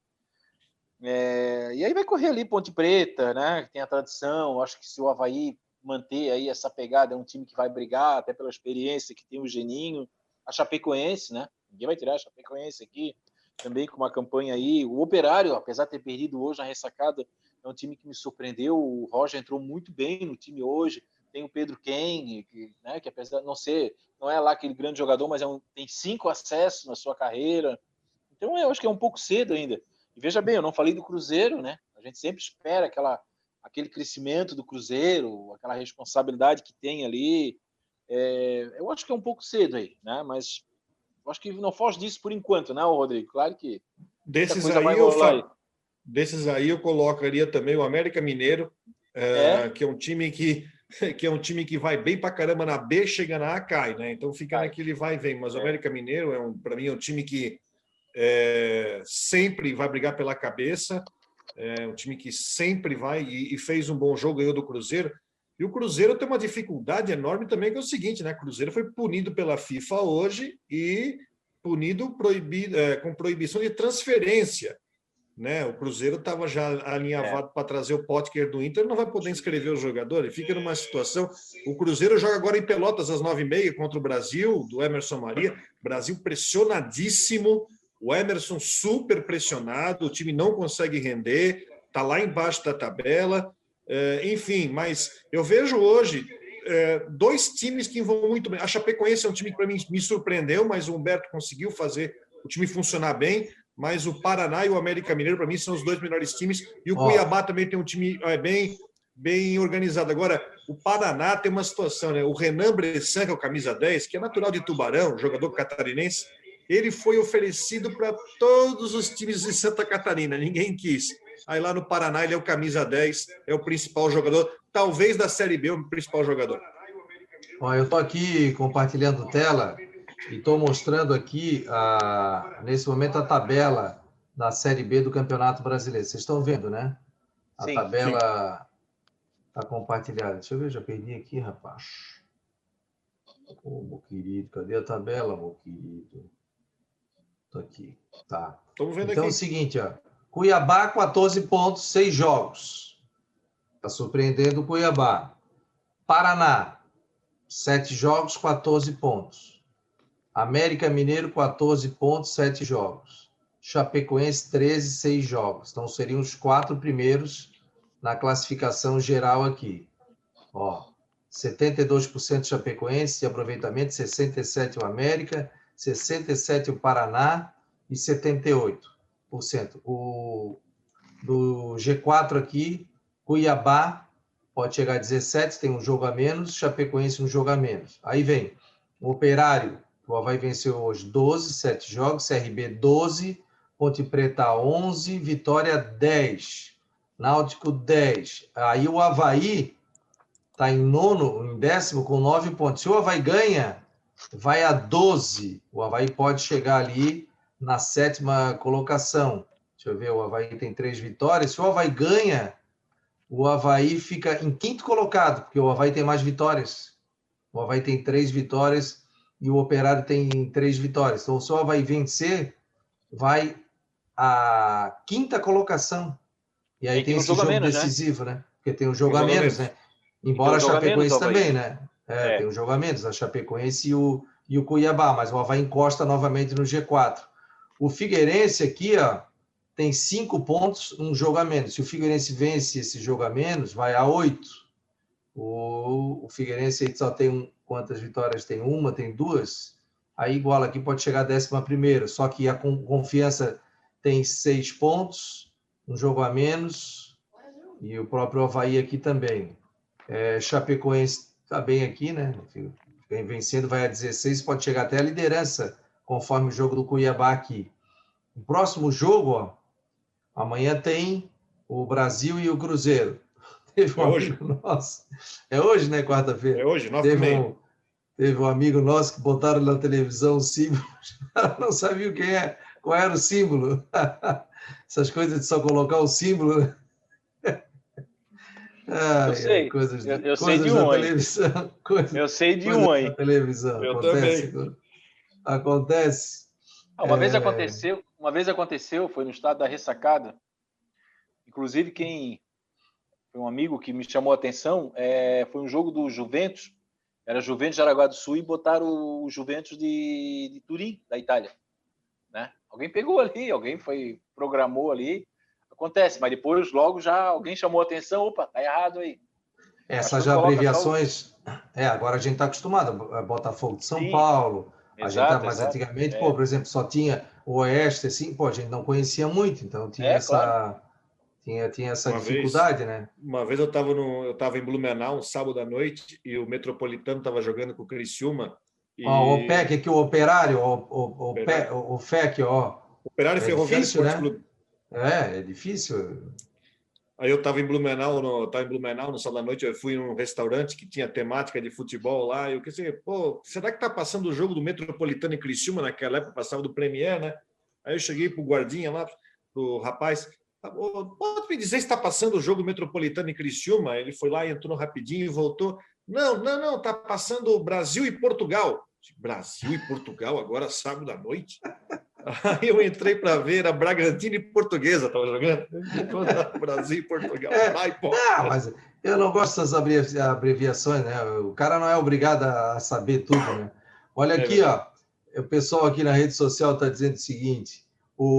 É, e aí vai correr ali Ponte Preta, né? Que tem a tradição. Eu acho que se o Avaí manter aí essa pegada, é um time que vai brigar, até pela experiência que tem o Geninho, a Chapecoense, né? Ninguém vai tirar a Chapecoense aqui, também com uma campanha aí. O Operário, apesar de ter perdido hoje na ressacada, é um time que me surpreendeu. O Roger entrou muito bem no time hoje. Tem o Pedro Ken, que, né, que apesar de não ser, não é lá aquele grande jogador, mas é um, tem cinco acessos na sua carreira. Então eu acho que é um pouco cedo ainda. E veja bem, eu não falei do Cruzeiro, né? A gente sempre espera aquela aquele crescimento do Cruzeiro, aquela responsabilidade que tem ali. É, eu acho que é um pouco cedo aí, né? Mas eu acho que não foge disso por enquanto, né, Rodrigo? Claro que desses aí, eu fa... aí. desses aí eu colocaria também o América Mineiro, é, é? que é um time que, que é um time que vai bem pra caramba na B, chega na A, cai, né? Então fica cai. naquele vai e vem. Mas o é. América Mineiro, é um, para mim, é um time que é, sempre vai brigar pela cabeça. É um time que sempre vai e, e fez um bom jogo, ganhou do Cruzeiro. E o Cruzeiro tem uma dificuldade enorme também, que é o seguinte, né? O Cruzeiro foi punido pela FIFA hoje e punido proibido, é, com proibição de transferência, né? O Cruzeiro estava já alinhavado é. para trazer o Potker do Inter, não vai poder inscrever o jogador, ele fica numa situação... O Cruzeiro joga agora em Pelotas às nove e meia contra o Brasil, do Emerson Maria. Brasil pressionadíssimo, o Emerson super pressionado, o time não consegue render, está lá embaixo da tabela, é, enfim, mas eu vejo hoje é, dois times que vão muito bem. A Chapecoense é um time que para mim me surpreendeu, mas o Humberto conseguiu fazer o time funcionar bem, mas o Paraná e o América Mineiro para mim são os dois melhores times, e o oh. Cuiabá também tem um time é, bem, bem organizado. Agora, o Paraná tem uma situação, né? O Renan Bressan, que é o camisa dez, que é natural de Tubarão, jogador catarinense, ele foi oferecido para todos os times de Santa Catarina, ninguém quis. Aí lá no Paraná ele é o camisa dez, é o principal jogador, talvez da Série B o principal jogador. Ó, eu estou aqui compartilhando tela e estou mostrando aqui, a, nesse momento, a tabela da Série B do Campeonato Brasileiro. Vocês estão vendo, né? A Sim, tabela está compartilhada. Deixa eu ver, já perdi aqui, rapaz. Ô, meu querido, cadê a tabela, meu querido? Estou aqui. Tá. Estamos vendo Então aqui. é o seguinte, ó. Cuiabá, quatorze pontos, seis jogos. Está surpreendendo o Cuiabá. Paraná, sete jogos, quatorze pontos. América Mineiro, quatorze pontos, sete jogos. Chapecoense, treze, seis jogos. Então, seriam os quatro primeiros na classificação geral aqui. Ó, setenta e dois por cento Chapecoense de aproveitamento, sessenta e sete por cento o América, sessenta e sete por cento o Paraná e setenta e oito por cento. O do G quatro aqui, Cuiabá pode chegar a dezessete, tem um jogo a menos, Chapecoense um jogo a menos. Aí vem o Operário, o Avaí venceu hoje doze, sete jogos, C R B doze, Ponte Preta onze, Vitória dez, Náutico dez. Aí o Avaí está em nono, em décimo, com nove pontos. Se o Avaí ganha, vai a doze. O Avaí pode chegar ali na sétima colocação. Deixa eu ver, o Avaí tem três vitórias. Se o Avaí ganha, o Avaí fica em quinto colocado, porque o Avaí tem mais vitórias. O Avaí tem três vitórias e o Operário tem três vitórias. Então, se o Avaí vencer, vai à quinta colocação. E aí tem, tem esse jogo, jogo decisivo, né? né? Porque tem um jogo, jogo a menos, né? Embora a Chapecoense também, né? É, é. Tem um jogo a menos, a Chapecoense e o, e o Cuiabá, mas o Avaí encosta novamente no G quatro. O Figueirense aqui, ó, tem cinco pontos, um jogo a menos. Se o Figueirense vence esse jogo a menos, vai a oito. O, o Figueirense só tem um, quantas vitórias? Tem uma, tem duas? Aí igual aqui pode chegar a décima primeira. Só que a Confiança tem seis pontos, um jogo a menos, e o próprio Avaí aqui também. É, Chapecoense está bem aqui, né? Vem vencendo, vai a dezesseis, pode chegar até a liderança, conforme o jogo do Cuiabá aqui. O próximo jogo, ó, amanhã tem o Brasil e o Cruzeiro. Teve um é amigo hoje. nosso. É hoje, né? Quarta-feira. É hoje, nove teve, um, teve um amigo nosso que botaram na televisão o símbolo. Não sabia quem é, qual era o símbolo. Essas coisas de só colocar o símbolo. Ah, eu sei. É, coisas, eu, eu coisas sei de da um televisão. Coisas, eu sei de um aí. Televisão. Eu acontece, também. Acontece. Ah, uma é... vez aconteceu, uma vez aconteceu, foi no estado da Ressacada. Inclusive, quem foi um amigo que me chamou a atenção, é, foi um jogo do Juventus, era Juventus de Jaraguá do Sul, e botaram o Juventus de, de Turim, da Itália. Né? Alguém pegou ali, alguém foi, programou ali. Acontece, mas depois logo já alguém chamou a atenção, opa, tá errado aí. Essas já abreviações, o... é, agora a gente está acostumado, Botafogo de São Sim, Paulo, a exato, gente tá, mas exato, antigamente, é. pô, por exemplo, só tinha o Oeste, assim, pô, a gente não conhecia muito, então tinha é, essa, claro. tinha, tinha essa uma dificuldade, vez, né? Uma vez eu estava no, eu estava em Blumenau, um sábado à noite, e o Metropolitano estava jogando com o Criciúma. E... Ó, o O P E C aqui, o Operário, o, o, o, Operário. o, o F E C, ó. Operário é Ferroviário difícil, Esporte né? Clube. É, é difícil. Aí eu estava em Blumenau, no, estava em Blumenau no sábado da noite, eu fui num restaurante que tinha temática de futebol lá, e eu pensei, pô, será que tá passando o jogo do Metropolitano em Criciúma naquela época, passava do Premier, né? Aí eu cheguei pro guardinha lá, pro rapaz, pode me dizer se está passando o jogo do Metropolitano em Criciúma? Ele foi lá, entrou rapidinho e voltou. Não, não, não, tá passando o Brasil e Portugal. Brasil e Portugal agora sábado à noite? Aí eu entrei para ver, a Bragantino e Portuguesa estava jogando. Brasil e Portugal. É, Ai, pô. Não, mas eu não gosto dessas abreviações, né? O cara não é obrigado a saber tudo, né? Olha aqui, é ó. O pessoal aqui na rede social está dizendo o seguinte: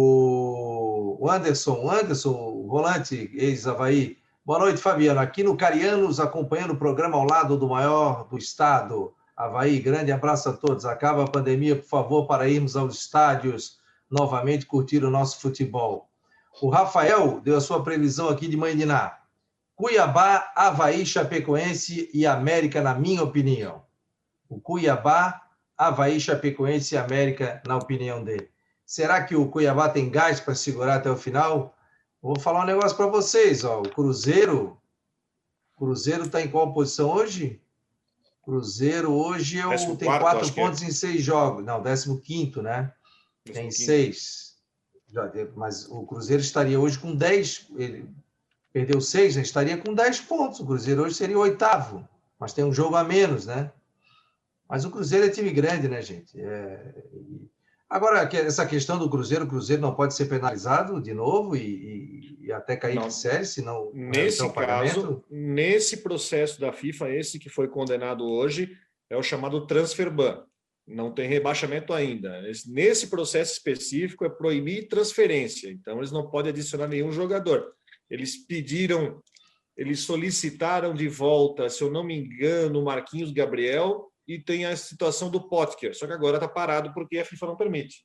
o Anderson, o Anderson, o volante ex-Avaí. Boa noite, Fabiano. Aqui no Carianos, acompanhando o programa ao lado do maior do estado. Avaí, grande abraço a todos. Acaba a pandemia, por favor, para irmos aos estádios novamente curtir o nosso futebol. O Rafael deu a sua previsão aqui de Mandiná. Cuiabá, Avaí, Chapecoense e América, na minha opinião. O Cuiabá, Avaí, Chapecoense e América, na opinião dele. Será que o Cuiabá tem gás para segurar até o final? Vou falar um negócio para vocês. Ó. O Cruzeiro, o Cruzeiro está em qual posição hoje? Cruzeiro hoje eu, décimo tem quarto, quatro acho que pontos é. em seis jogos. Não, décimo quinto, né? décimo Tem quinto. seis. Já, mas o Cruzeiro estaria hoje com dez. Ele perdeu seis, né? Estaria com dez pontos. O Cruzeiro hoje seria o oitavo. Mas tem um jogo a menos, né? Mas o Cruzeiro é time grande, né, gente? É... Agora, essa questão do Cruzeiro, o Cruzeiro não pode ser penalizado de novo e, e, e até cair Não. de série, senão Nesse o pagamento? caso, nesse processo da FIFA, esse que foi condenado hoje é o chamado transfer ban. Não tem rebaixamento ainda. Nesse processo específico é proibir transferência. Então, eles não podem adicionar nenhum jogador. Eles pediram, eles solicitaram de volta, se eu não me engano, o Marquinhos Gabriel, e tem a situação do Potker. Só que agora está parado porque a FIFA não permite.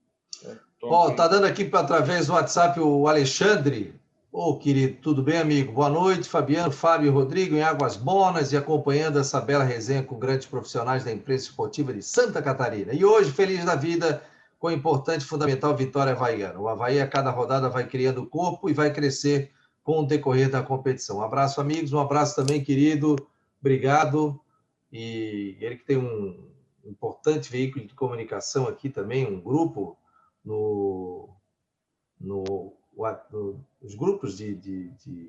Ó, tá dando aqui através do WhatsApp o Alexandre. Ô, oh, querido, tudo bem, amigo? Boa noite, Fabiano, Fábio e Rodrigo, em Águas Bonas e acompanhando essa bela resenha com grandes profissionais da imprensa esportiva de Santa Catarina. E hoje, feliz da vida, com a importante e fundamental vitória havaiana. O Avaí, a cada rodada, vai criando o corpo e vai crescer com o decorrer da competição. Um abraço, amigos, um abraço também, querido. Obrigado. E ele que tem um importante veículo de comunicação aqui também, um grupo no... no os grupos de, de, de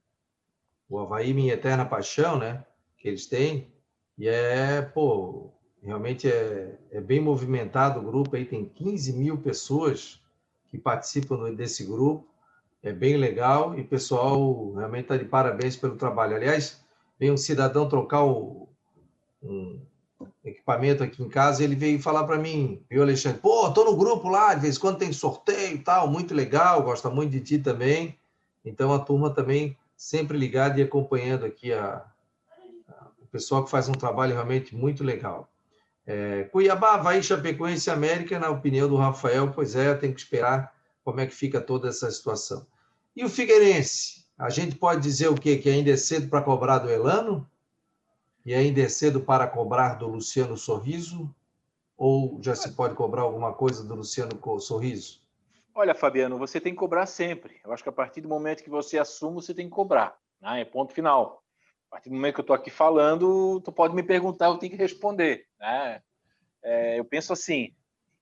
o Avaí Minha Eterna Paixão, né, que eles têm, e é, pô, realmente é, é bem movimentado o grupo, aí tem quinze mil pessoas que participam desse grupo, é bem legal, e o pessoal realmente está de parabéns pelo trabalho. Aliás, veio um cidadão trocar o, um equipamento aqui em casa, e ele veio falar para mim, viu, Alexandre? Pô, tô no grupo lá, de vez em quando tem sorteio e tal, muito legal, gosta muito de ti também. Então, a turma também sempre ligada e acompanhando aqui a, a, o pessoal que faz um trabalho realmente muito legal. É, Cuiabá, Avaí, Chapecoense e América, na opinião do Rafael, pois é, tem que esperar como é que fica toda essa situação. E o Figueirense? A gente pode dizer o quê? Que ainda é cedo para cobrar do Elano? E ainda é cedo para cobrar do Luciano Sorriso? Ou já se pode cobrar alguma coisa do Luciano Sorriso? Olha, Fabiano, você tem que cobrar sempre. Eu acho que a partir do momento que você assume, você tem que cobrar. Né? É ponto final. A partir do momento que eu estou aqui falando, tu pode me perguntar, eu tenho que responder. Né? É, eu penso assim.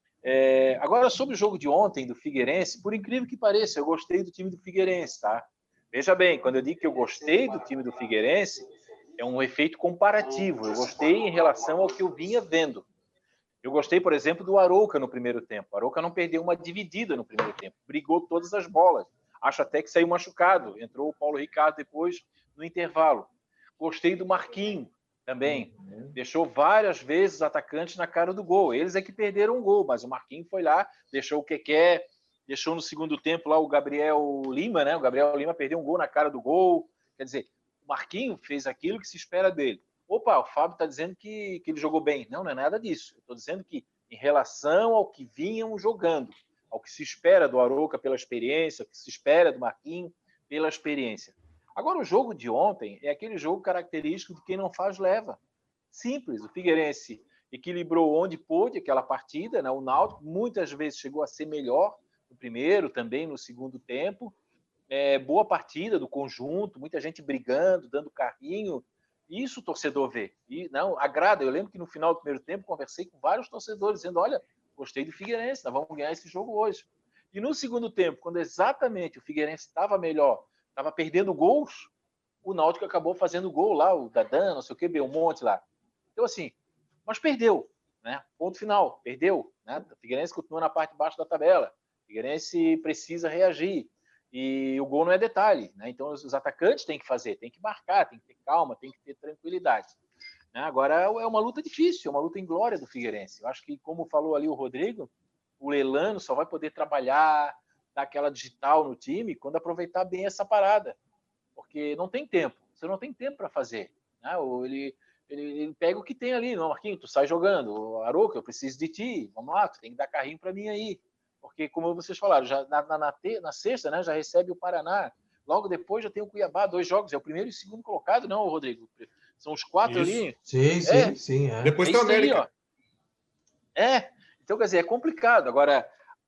É, agora, sobre o jogo de ontem do Figueirense, por incrível que pareça, eu gostei do time do Figueirense, tá? Veja bem, quando eu digo que eu gostei do time do Figueirense, é um efeito comparativo. Eu gostei em relação ao que eu vinha vendo. Eu gostei, por exemplo, do Arouca no primeiro tempo. O Arouca não perdeu uma dividida no primeiro tempo. Brigou todas as bolas. Acho até que saiu machucado. Entrou o Paulo Ricardo depois no intervalo. Gostei do Marquinho também. Uhum. Deixou várias vezes os atacantes na cara do gol. Eles é que perderam o gol, mas o Marquinho foi lá, deixou o Keké, deixou no segundo tempo lá o Gabriel Lima, né? O Gabriel Lima perdeu um gol na cara do gol. Quer dizer, o Marquinho fez aquilo que se espera dele. Opa, o Fábio está dizendo que, que ele jogou bem. Não, não é nada disso. Eu estou dizendo que, em relação ao que vinham jogando, ao que se espera do Arouca pela experiência, ao que se espera do Marquinhos pela experiência. Agora, o jogo de ontem é aquele jogo característico de quem não faz, leva. Simples. O Figueirense equilibrou onde pôde aquela partida, né? O Náutico muitas vezes chegou a ser melhor no primeiro, também no segundo tempo. É, boa partida do conjunto, muita gente brigando, dando carrinho. Isso o torcedor vê. E não agrada. Eu lembro que no final do primeiro tempo conversei com vários torcedores dizendo: olha, gostei do Figueirense, nós vamos ganhar esse jogo hoje. E no segundo tempo, quando exatamente o Figueirense estava melhor, estava perdendo gols, o Náutico acabou fazendo gol lá, o Dadan, não sei o que, Belmonte lá. Então, assim, mas perdeu, né? Ponto final, perdeu. Né? O Figueirense continua na parte de baixo da tabela. O Figueirense precisa reagir. E o gol não é detalhe, né? Então os atacantes têm que fazer, têm que marcar, têm que ter calma, têm que ter tranquilidade. Né? Agora é uma luta difícil, é uma luta inglória do Figueirense. Eu acho que, como falou ali o Rodrigo, o Elano só vai poder trabalhar, dar aquela digital no time quando aproveitar bem essa parada, porque não tem tempo, você não tem tempo para fazer. Né? Ou ele, ele, ele pega o que tem ali, não, Marquinhos, tu sai jogando, Arouca, eu preciso de ti, vamos lá, tu tem que dar carrinho para mim aí. Porque, como vocês falaram, já na, na, na, te, na sexta, né, já recebe o Paraná. Logo depois já tem o Cuiabá, dois jogos. É o primeiro e o segundo colocado, não, Rodrigo? São os quatro isso. ali. Sim, sim, é. sim. É. Depois é tem o América. Aí, ó. É, então, quer dizer, é complicado. Agora,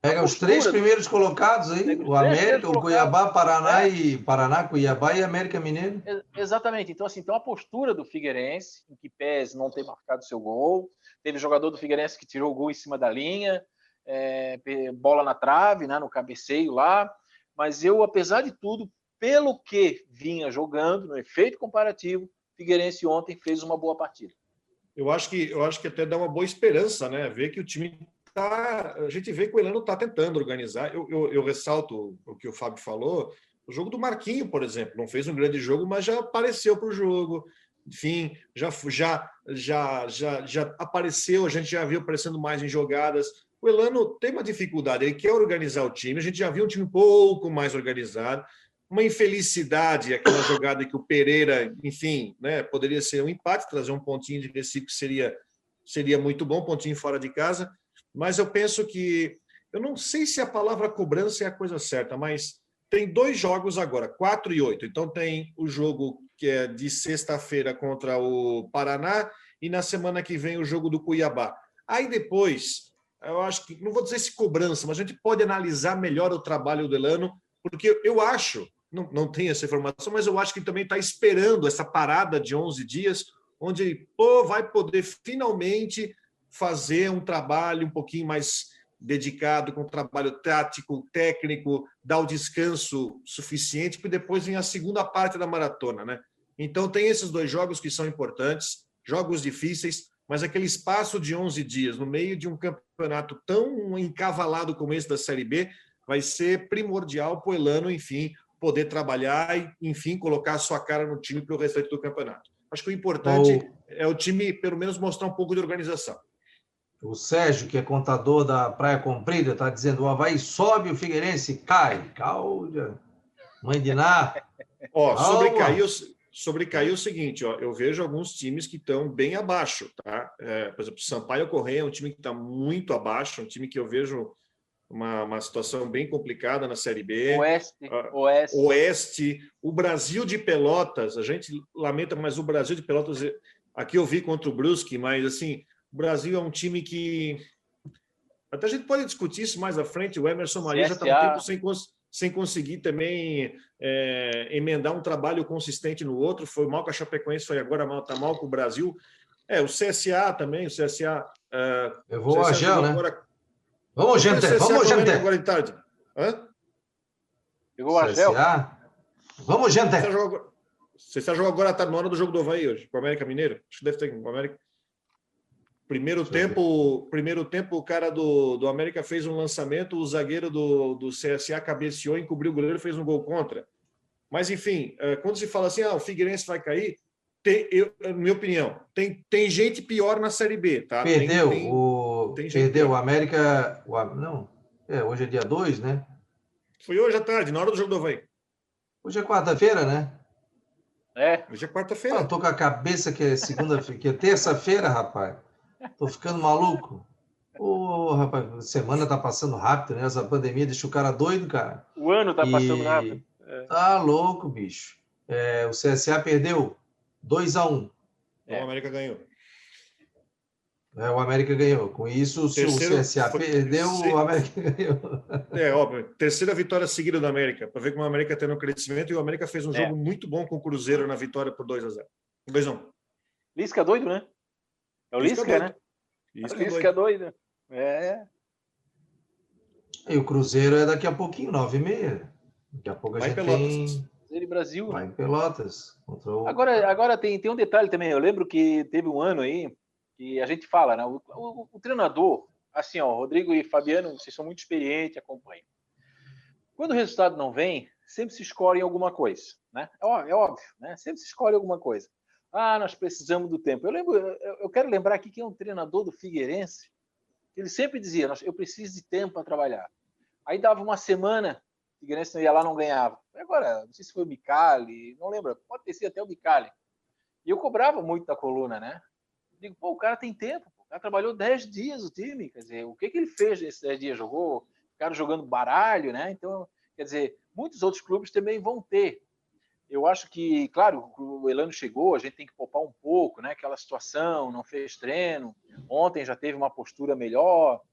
Pega os três primeiros colocados aí, o América, o Cuiabá, Paraná é. e Paraná, Cuiabá e América Mineiro. Exatamente. Então, assim, então a postura do Figueirense, em que pese não ter marcado seu gol, teve jogador do Figueirense que tirou o gol em cima da linha, é, bola na trave, né, no cabeceio lá, mas eu, apesar de tudo, pelo que vinha jogando, no efeito comparativo, Figueirense ontem fez uma boa partida. Eu acho que, eu acho que até dá uma boa esperança, né? Ver que o time tá. A gente vê que o Elano está tentando organizar. Eu, eu, eu ressalto o que o Fábio falou. O jogo do Marquinho, por exemplo, não fez um grande jogo, mas já apareceu para o jogo. Enfim, já, já, já, já, já apareceu, a gente já viu aparecendo mais em jogadas. O Elano tem uma dificuldade, ele quer organizar o time. A gente já viu um time um pouco mais organizado. Uma infelicidade, aquela jogada que o Pereira, enfim, né, poderia ser um empate, trazer um pontinho de Recife seria, seria muito bom, pontinho fora de casa, mas eu penso que, eu não sei se a palavra cobrança é a coisa certa, mas tem dois jogos agora, quatro e oito, então tem o jogo que é de sexta-feira contra o Paraná e na semana que vem o jogo do Cuiabá. Aí depois, eu acho que, não vou dizer se cobrança, mas a gente pode analisar melhor o trabalho do Elano, porque eu acho, não, não tenho essa informação, mas eu acho que também está esperando essa parada de onze dias, onde pô, vai poder finalmente fazer um trabalho um pouquinho mais dedicado, com um trabalho tático, técnico, dar o descanso suficiente, para depois vir a segunda parte da maratona, né? Então tem esses dois jogos que são importantes, jogos difíceis, mas aquele espaço de onze dias no meio de um campeonato tão encavalado como esse da Série B, vai ser primordial para o Elano, enfim, poder trabalhar e, enfim, colocar a sua cara no time para o restante do campeonato. Acho que o importante oh. é o time, pelo menos, mostrar um pouco de organização. O Sérgio, que é contador da Praia Comprida, está dizendo o Avaí sobe, o Figueirense cai. Cláudia, mãe de Ná. Ó, sobrecaiu, sobrecaiu o seguinte, ó, eu vejo alguns times que estão bem abaixo, tá? É, por exemplo, Sampaio Correia é um time que está muito abaixo, um time que eu vejo Uma, uma situação bem complicada na Série B. Oeste, uh, Oeste. Oeste. O Brasil de Pelotas, a gente lamenta, mas o Brasil de Pelotas, aqui eu vi contra o Brusque, mas assim, o Brasil é um time que... Até a gente pode discutir isso mais à frente, o Emerson Maria já está um tempo sem, sem conseguir também é, emendar um trabalho consistente no outro, foi mal com a Chapecoense, foi agora mal, está mal com o Brasil. É, o C S A também, o C S A... Uh, eu vou a Gel, né? Agora... Vamos, gente, vamos, gente. Agora de tarde. Hã? Pegou o Argel? Vamos, gente. Você está jogando agora, está na hora do jogo do Avaí hoje, com o América Mineiro. Acho que deve ter com o América. Primeiro tempo, primeiro tempo, o cara do, do América fez um lançamento, o zagueiro do, do C S A cabeceou, encobriu o goleiro e fez um gol contra. Mas, enfim, quando se fala assim, ah, o Figueirense vai cair, tem, eu, na minha opinião, tem, tem gente pior na Série B, tá? Perdeu tem, tem, o... Tem Perdeu o América... O, não, é, hoje é dia dois, né? Foi hoje à tarde, na hora do jogo do Avaí. Hoje é quarta-feira, né? É. Hoje é quarta-feira. Ah, tô com a cabeça que é segunda, que é terça-feira, rapaz. Tô ficando maluco. Ô, oh, rapaz, semana tá passando rápido, né? Essa pandemia deixa o cara doido, cara. O ano tá e... passando rápido. É. Tá louco, bicho. É, o C S A perdeu dois a um. É. O América ganhou. É, o América ganhou. Com isso, se Terceiro, o C S A foi... perdeu, se... o América ganhou. É, óbvio. Terceira vitória seguida do América, para ver como o América está no crescimento, e o América fez um é. jogo muito bom com o Cruzeiro na vitória por dois a zero. dois a um. Lisca doido, né? É o Lisca, Lisca né? Lisca, Lisca doido. doido. É. E o Cruzeiro é daqui a pouquinho, nove e meia. Daqui a pouco a Vai gente Pelotas. tem... Ele Brasil. Vai em Pelotas. Contra o... Agora, agora tem, tem um detalhe também. Eu lembro que teve um ano aí que a gente fala, né? O, o, o treinador, assim, ó, Rodrigo e Fabiano, vocês são muito experientes, acompanham. Quando o resultado não vem, sempre se escolhe alguma coisa, né? É óbvio, é óbvio, né? Sempre se escolhe alguma coisa. Ah, nós precisamos do tempo. Eu lembro, eu, eu quero lembrar aqui que é um treinador do Figueirense, ele sempre dizia, eu preciso de tempo para trabalhar. Aí dava uma semana, o Figueirense não ia lá, não ganhava. Agora, não sei se foi o Micali, não lembro, pode ter sido até o Micali. E eu cobrava muito da coluna, né? Digo, pô, o cara tem tempo, o cara trabalhou dez dias o time, quer dizer, o que, que ele fez nesses dez dias? Jogou, o cara jogando baralho, né? Então, quer dizer, muitos outros clubes também vão ter. Eu acho que, claro, o Elano chegou, a gente tem que poupar um pouco, né? Aquela situação, não fez treino, ontem já teve uma postura melhor,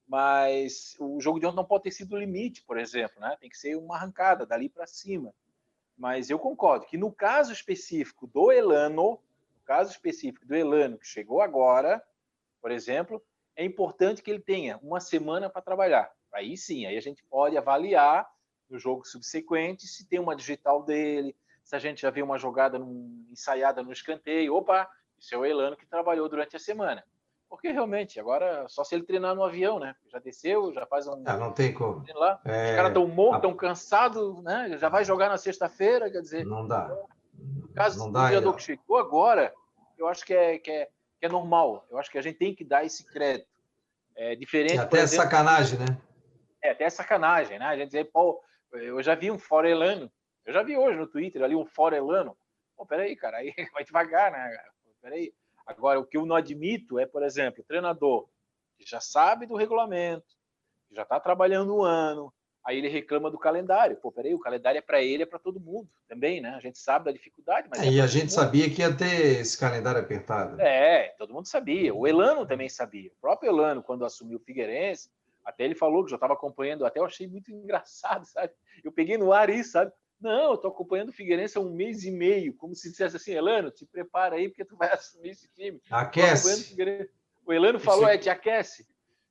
mas o jogo de ontem não pode ter sido o limite, por exemplo, né? Tem que ser uma arrancada dali para cima. Mas eu concordo que no caso específico do Elano, no caso específico do Elano que chegou agora, por exemplo, é importante que ele tenha uma semana para trabalhar. Aí sim, aí a gente pode avaliar no jogo subsequente se tem uma digital dele, se a gente já viu uma jogada num, ensaiada no escanteio. Opa, isso é o Elano que trabalhou durante a semana. Porque realmente, agora só se ele treinar no avião, né? Já desceu, já faz um... Ah, não tem como. Lá. É... Os caras estão mortos, estão a... cansados, né? Já vai jogar na sexta-feira, quer dizer... Não dá. No caso não do dá, jogador que chegou agora, eu acho que é, que, é, que é normal. Eu acho que a gente tem que dar esse crédito. É diferente, e até por exemplo, sacanagem, né? É, até sacanagem, né? A gente dizer, pô, eu já vi um Forelano, eu já vi hoje no Twitter ali um Forelano. Pô, peraí, cara, aí vai devagar, né? Peraí. Agora, o que eu não admito é, por exemplo, o treinador que já sabe do regulamento, que já está trabalhando um ano, aí ele reclama do calendário. Pô, peraí, o calendário é para ele, é para todo mundo também, né? A gente sabe da dificuldade, mas... É, é e a todo gente mundo. sabia que ia ter esse calendário apertado. É, todo mundo sabia. O Elano também sabia. O próprio Elano, quando assumiu o Figueirense, até ele falou que já estava acompanhando, até eu achei muito engraçado, sabe? Eu peguei no ar isso, sabe? Não, eu estou acompanhando o Figueirense há um mês e meio, como se dissesse assim, Elano, te prepara aí, porque tu vai assumir esse time. Aquece. O, o Elano falou, é, te aquece.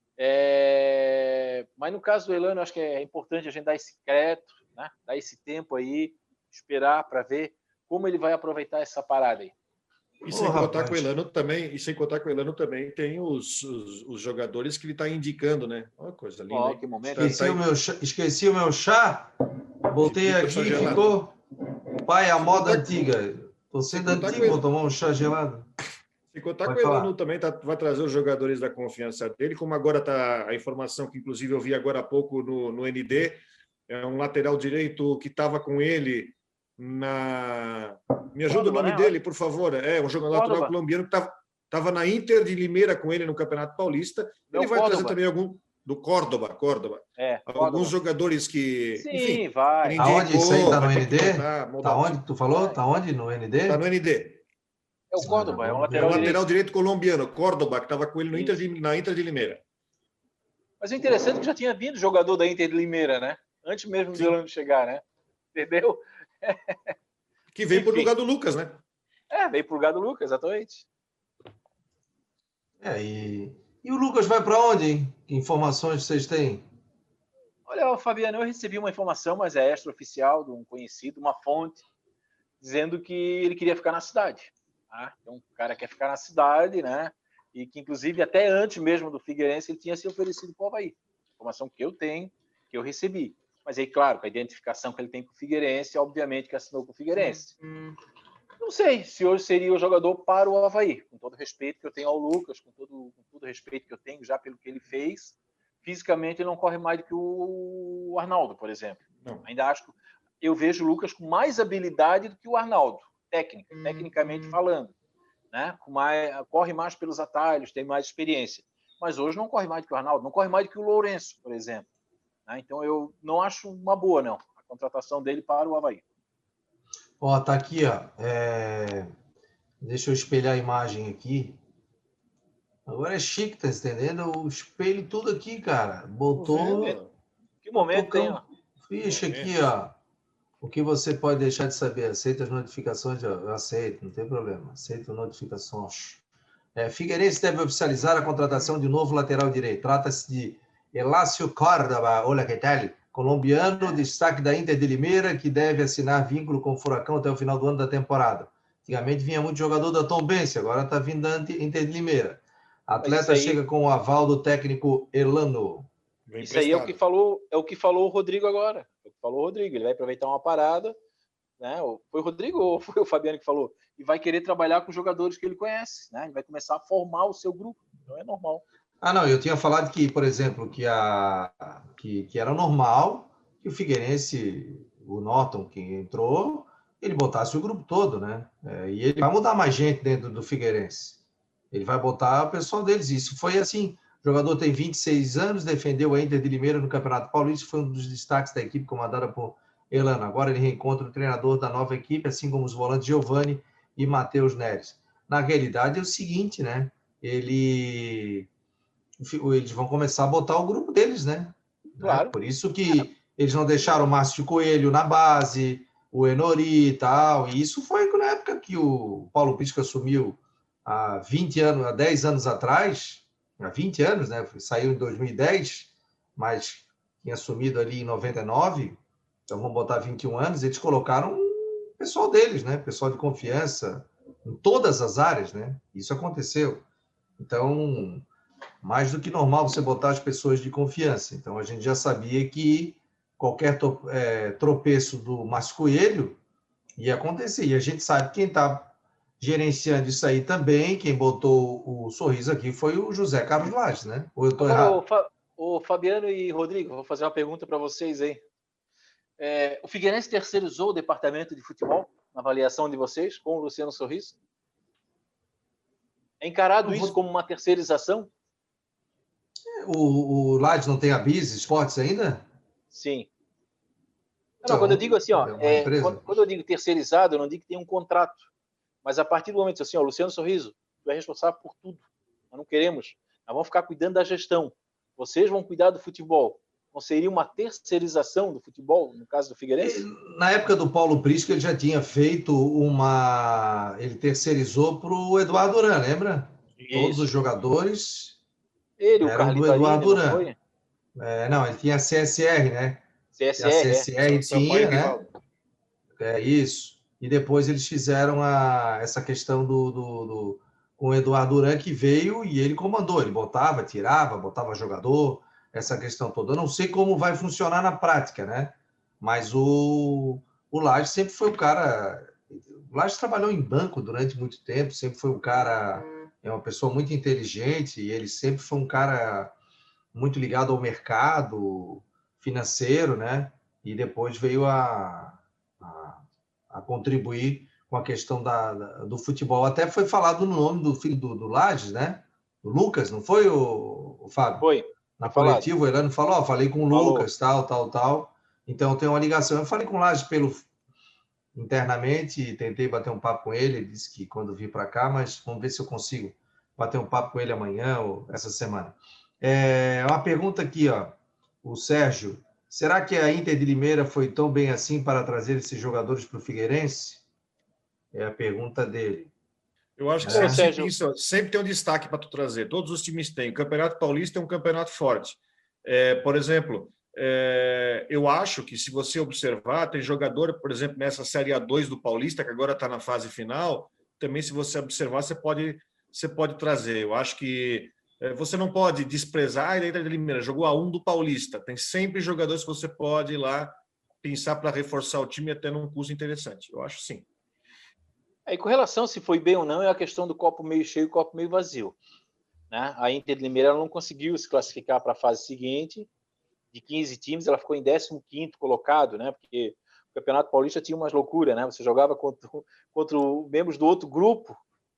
É... Mas no caso do Elano, eu acho que é importante a gente dar esse crédito, né? Dar esse tempo aí, esperar para ver como ele vai aproveitar essa parada aí. E sem, oh, contar com o Elano também, e sem contar com o Elano também tem os, os, os jogadores que ele está indicando, né? Uma coisa linda. Oh, que momento. Esqueci, tá, o meu chá, esqueci o meu chá, botei aqui e ficou. Pai, a moda contar, antiga. Estou sendo antigo, vou tomar um chá gelado. Se contar Pode com o Elano também tá, vai trazer os jogadores da confiança dele, como agora está a informação que, inclusive, eu vi agora há pouco no, no N D, é um lateral direito que estava com ele na... Me ajuda Córdoba, o nome né? dele, por favor. É um jogador natural colombiano que estava tava na Inter de Limeira com ele no Campeonato Paulista. Ele Não, vai Córdoba. trazer também algum... Do Córdoba, Córdoba. É, Alguns Córdoba. jogadores que... Sim, enfim, vai. Indicou, aonde isso aí está no N D? Está onde? Tu falou? Está onde? No N D? Está no N D. É o Córdoba, ah, é um lateral, é um lateral direito. direito colombiano, Córdoba, que estava com ele no Inter de, na Inter de Limeira. Mas o interessante é que já tinha vindo jogador da Inter de Limeira, né? Antes mesmo do Elano chegar, né? Entendeu? Que veio para o lugar do Lucas, né? É, veio para o lugar do Lucas, exatamente. É, e, e o Lucas vai para onde, hein? Que informações vocês têm? Olha, Fabiano, eu recebi uma informação, mas é extraoficial, de um conhecido, uma fonte, dizendo que ele queria ficar na cidade. Tá? Então, o cara quer ficar na cidade, né? E que, inclusive, até antes mesmo do Figueirense, ele tinha se oferecido para o Avaí. Informação que eu tenho, que eu recebi. Mas aí, claro, com a identificação que ele tem com o Figueirense, obviamente que assinou com o Figueirense. Hum. Não sei se hoje seria o jogador para o Avaí, com todo o respeito que eu tenho ao Lucas, com todo, com todo o respeito que eu tenho já pelo que ele fez. Fisicamente, ele não corre mais do que o Arnaldo, por exemplo. Não. Ainda acho que eu vejo o Lucas com mais habilidade do que o Arnaldo, técnica, hum. tecnicamente hum. falando. Né? Com mais, corre mais pelos atalhos, tem mais experiência. Mas hoje não corre mais do que o Arnaldo, não corre mais do que o Lourenço, por exemplo. Né? Então, eu não acho uma boa, não, a contratação dele para o Avaí. Ó, tá aqui, ó. É... Deixa eu espelhar a imagem aqui. Agora é chique, tá entendendo? O espelho tudo aqui, cara. Botou... Que momento tem, ó. Ficha aqui, ó. O que você pode deixar de saber? Aceita as notificações? Eu aceito, não tem problema. Aceito notificações. É, Figueirense deve oficializar a contratação de novo lateral direito. Trata-se de Elácio Córdoba, olha que tal, colombiano, destaque da Inter de Limeira, que deve assinar vínculo com o Furacão até o final do ano da temporada. Antigamente vinha muito jogador da Tombense, agora está vindo da Inter de Limeira. Atleta aí... chega com o aval do técnico Elano. Bem Isso prestado. Aí é o que falou, é o que falou o Rodrigo agora. É o que falou o Rodrigo. Ele vai aproveitar uma parada, né? Foi o Rodrigo ou foi o Fabiano que falou? E vai querer trabalhar com jogadores que ele conhece, né? Ele vai começar a formar o seu grupo. Então é normal. Ah, não, eu tinha falado que, por exemplo, que, a, que, que era normal que o Figueirense, o Norton, que entrou, ele botasse o grupo todo, né? É, e ele vai mudar mais gente dentro do Figueirense. Ele vai botar o pessoal deles. Isso foi assim, o jogador tem vinte e seis anos, defendeu a Inter de Limeira no Campeonato Paulista, foi um dos destaques da equipe comandada por Elano. Agora ele reencontra o treinador da nova equipe, assim como os volantes Giovani e Matheus Neres. Na realidade é o seguinte, né? Ele... eles vão começar a botar o grupo deles, né? Claro. É, por isso que eles não deixaram o Márcio Coelho na base, o Enori e tal. E isso foi na época que o Paulo Pisca assumiu há vinte anos, há dez anos atrás, há vinte anos, né? Saiu em dois mil e dez, mas tinha assumido ali em noventa e nove, então vamos botar vinte e um anos, eles colocaram o pessoal deles, né? Pessoal de confiança, em todas as áreas, né? Isso aconteceu. Então, mais do que normal você botar as pessoas de confiança. Então, a gente já sabia que qualquer é, tropeço do Márcio Coelho ia acontecer. E a gente sabe quem está gerenciando isso aí também, quem botou o sorriso aqui foi o José Carlos Lages, né? Ou eu estou errado? O, Fa... o Fabiano e Rodrigo, vou fazer uma pergunta para vocês aí. É, o Figueirense terceirizou o departamento de futebol, na avaliação de vocês, com o Luciano Sorriso? É encarado isso vou... como uma terceirização? O, o Lages não tem a Biz Esportes ainda? Sim. Não, então, quando eu digo assim, ó, é, quando, quando eu digo terceirizado, eu não digo que tem um contrato. Mas a partir do momento assim, ó, Luciano Sorriso, tu é responsável por tudo. Nós não queremos. Nós vamos ficar cuidando da gestão. Vocês vão cuidar do futebol. Não seria uma terceirização do futebol, no caso do Figueirense? Na época do Paulo Prisco, ele já tinha feito uma... Ele terceirizou para o Eduardo Duran, lembra? Isso. Todos os jogadores ele, o eram do Eduardo Duran. Não, é, não, ele tinha a C S R, né? C S R, a C S R é. tinha, né? É isso. E depois eles fizeram a, essa questão do, do, do com o Eduardo Duran, que veio e ele comandou. Ele botava, tirava, botava jogador, essa questão toda. Eu não sei como vai funcionar na prática, né? Mas o, o Lages sempre foi o cara... O Lages trabalhou em banco durante muito tempo, sempre foi um cara... É uma pessoa muito inteligente e ele sempre foi um cara muito ligado ao mercado financeiro, né? E depois veio a, a, a contribuir com a questão da, da, do futebol. Até foi falado no nome do filho do, do Lages, né? Do Lucas, não foi, o, o Fábio? Foi. Na coletiva, o Elano falou, ó, falei com o falou. Lucas, tal, tal, tal. Então, tem uma ligação. Eu falei com o Lages pelo, internamente e tentei bater um papo com ele. Ele disse que quando vir para cá, mas vamos ver se eu consigo bater um papo com ele amanhã ou essa semana. É uma pergunta aqui, ó. O Sérgio, será que a Inter de Limeira foi tão bem assim para trazer esses jogadores para o Figueirense? É a pergunta dele. Eu acho que é. sempre, isso, sempre tem um destaque para tu trazer. Todos os times têm. O Campeonato Paulista é um campeonato forte. É, por exemplo, é, eu acho que se você observar, tem jogador, por exemplo, nessa Série A dois do Paulista, que agora está na fase final, também se você observar, você pode, você pode trazer. Eu acho que você não pode desprezar a Inter de Limeira, jogou a um do Paulista. Tem sempre jogadores que você pode ir lá pensar para reforçar o time até num custo interessante. Eu acho sim. É, e com relação se foi bem ou não, é a questão do copo meio cheio e copo meio vazio. Né? A Inter de Limeira ela não conseguiu se classificar para a fase seguinte. De quinze times, ela ficou em décimo quinto colocado, né? Porque o Campeonato Paulista tinha umas loucuras, né? Você jogava contra, contra membros do outro grupo.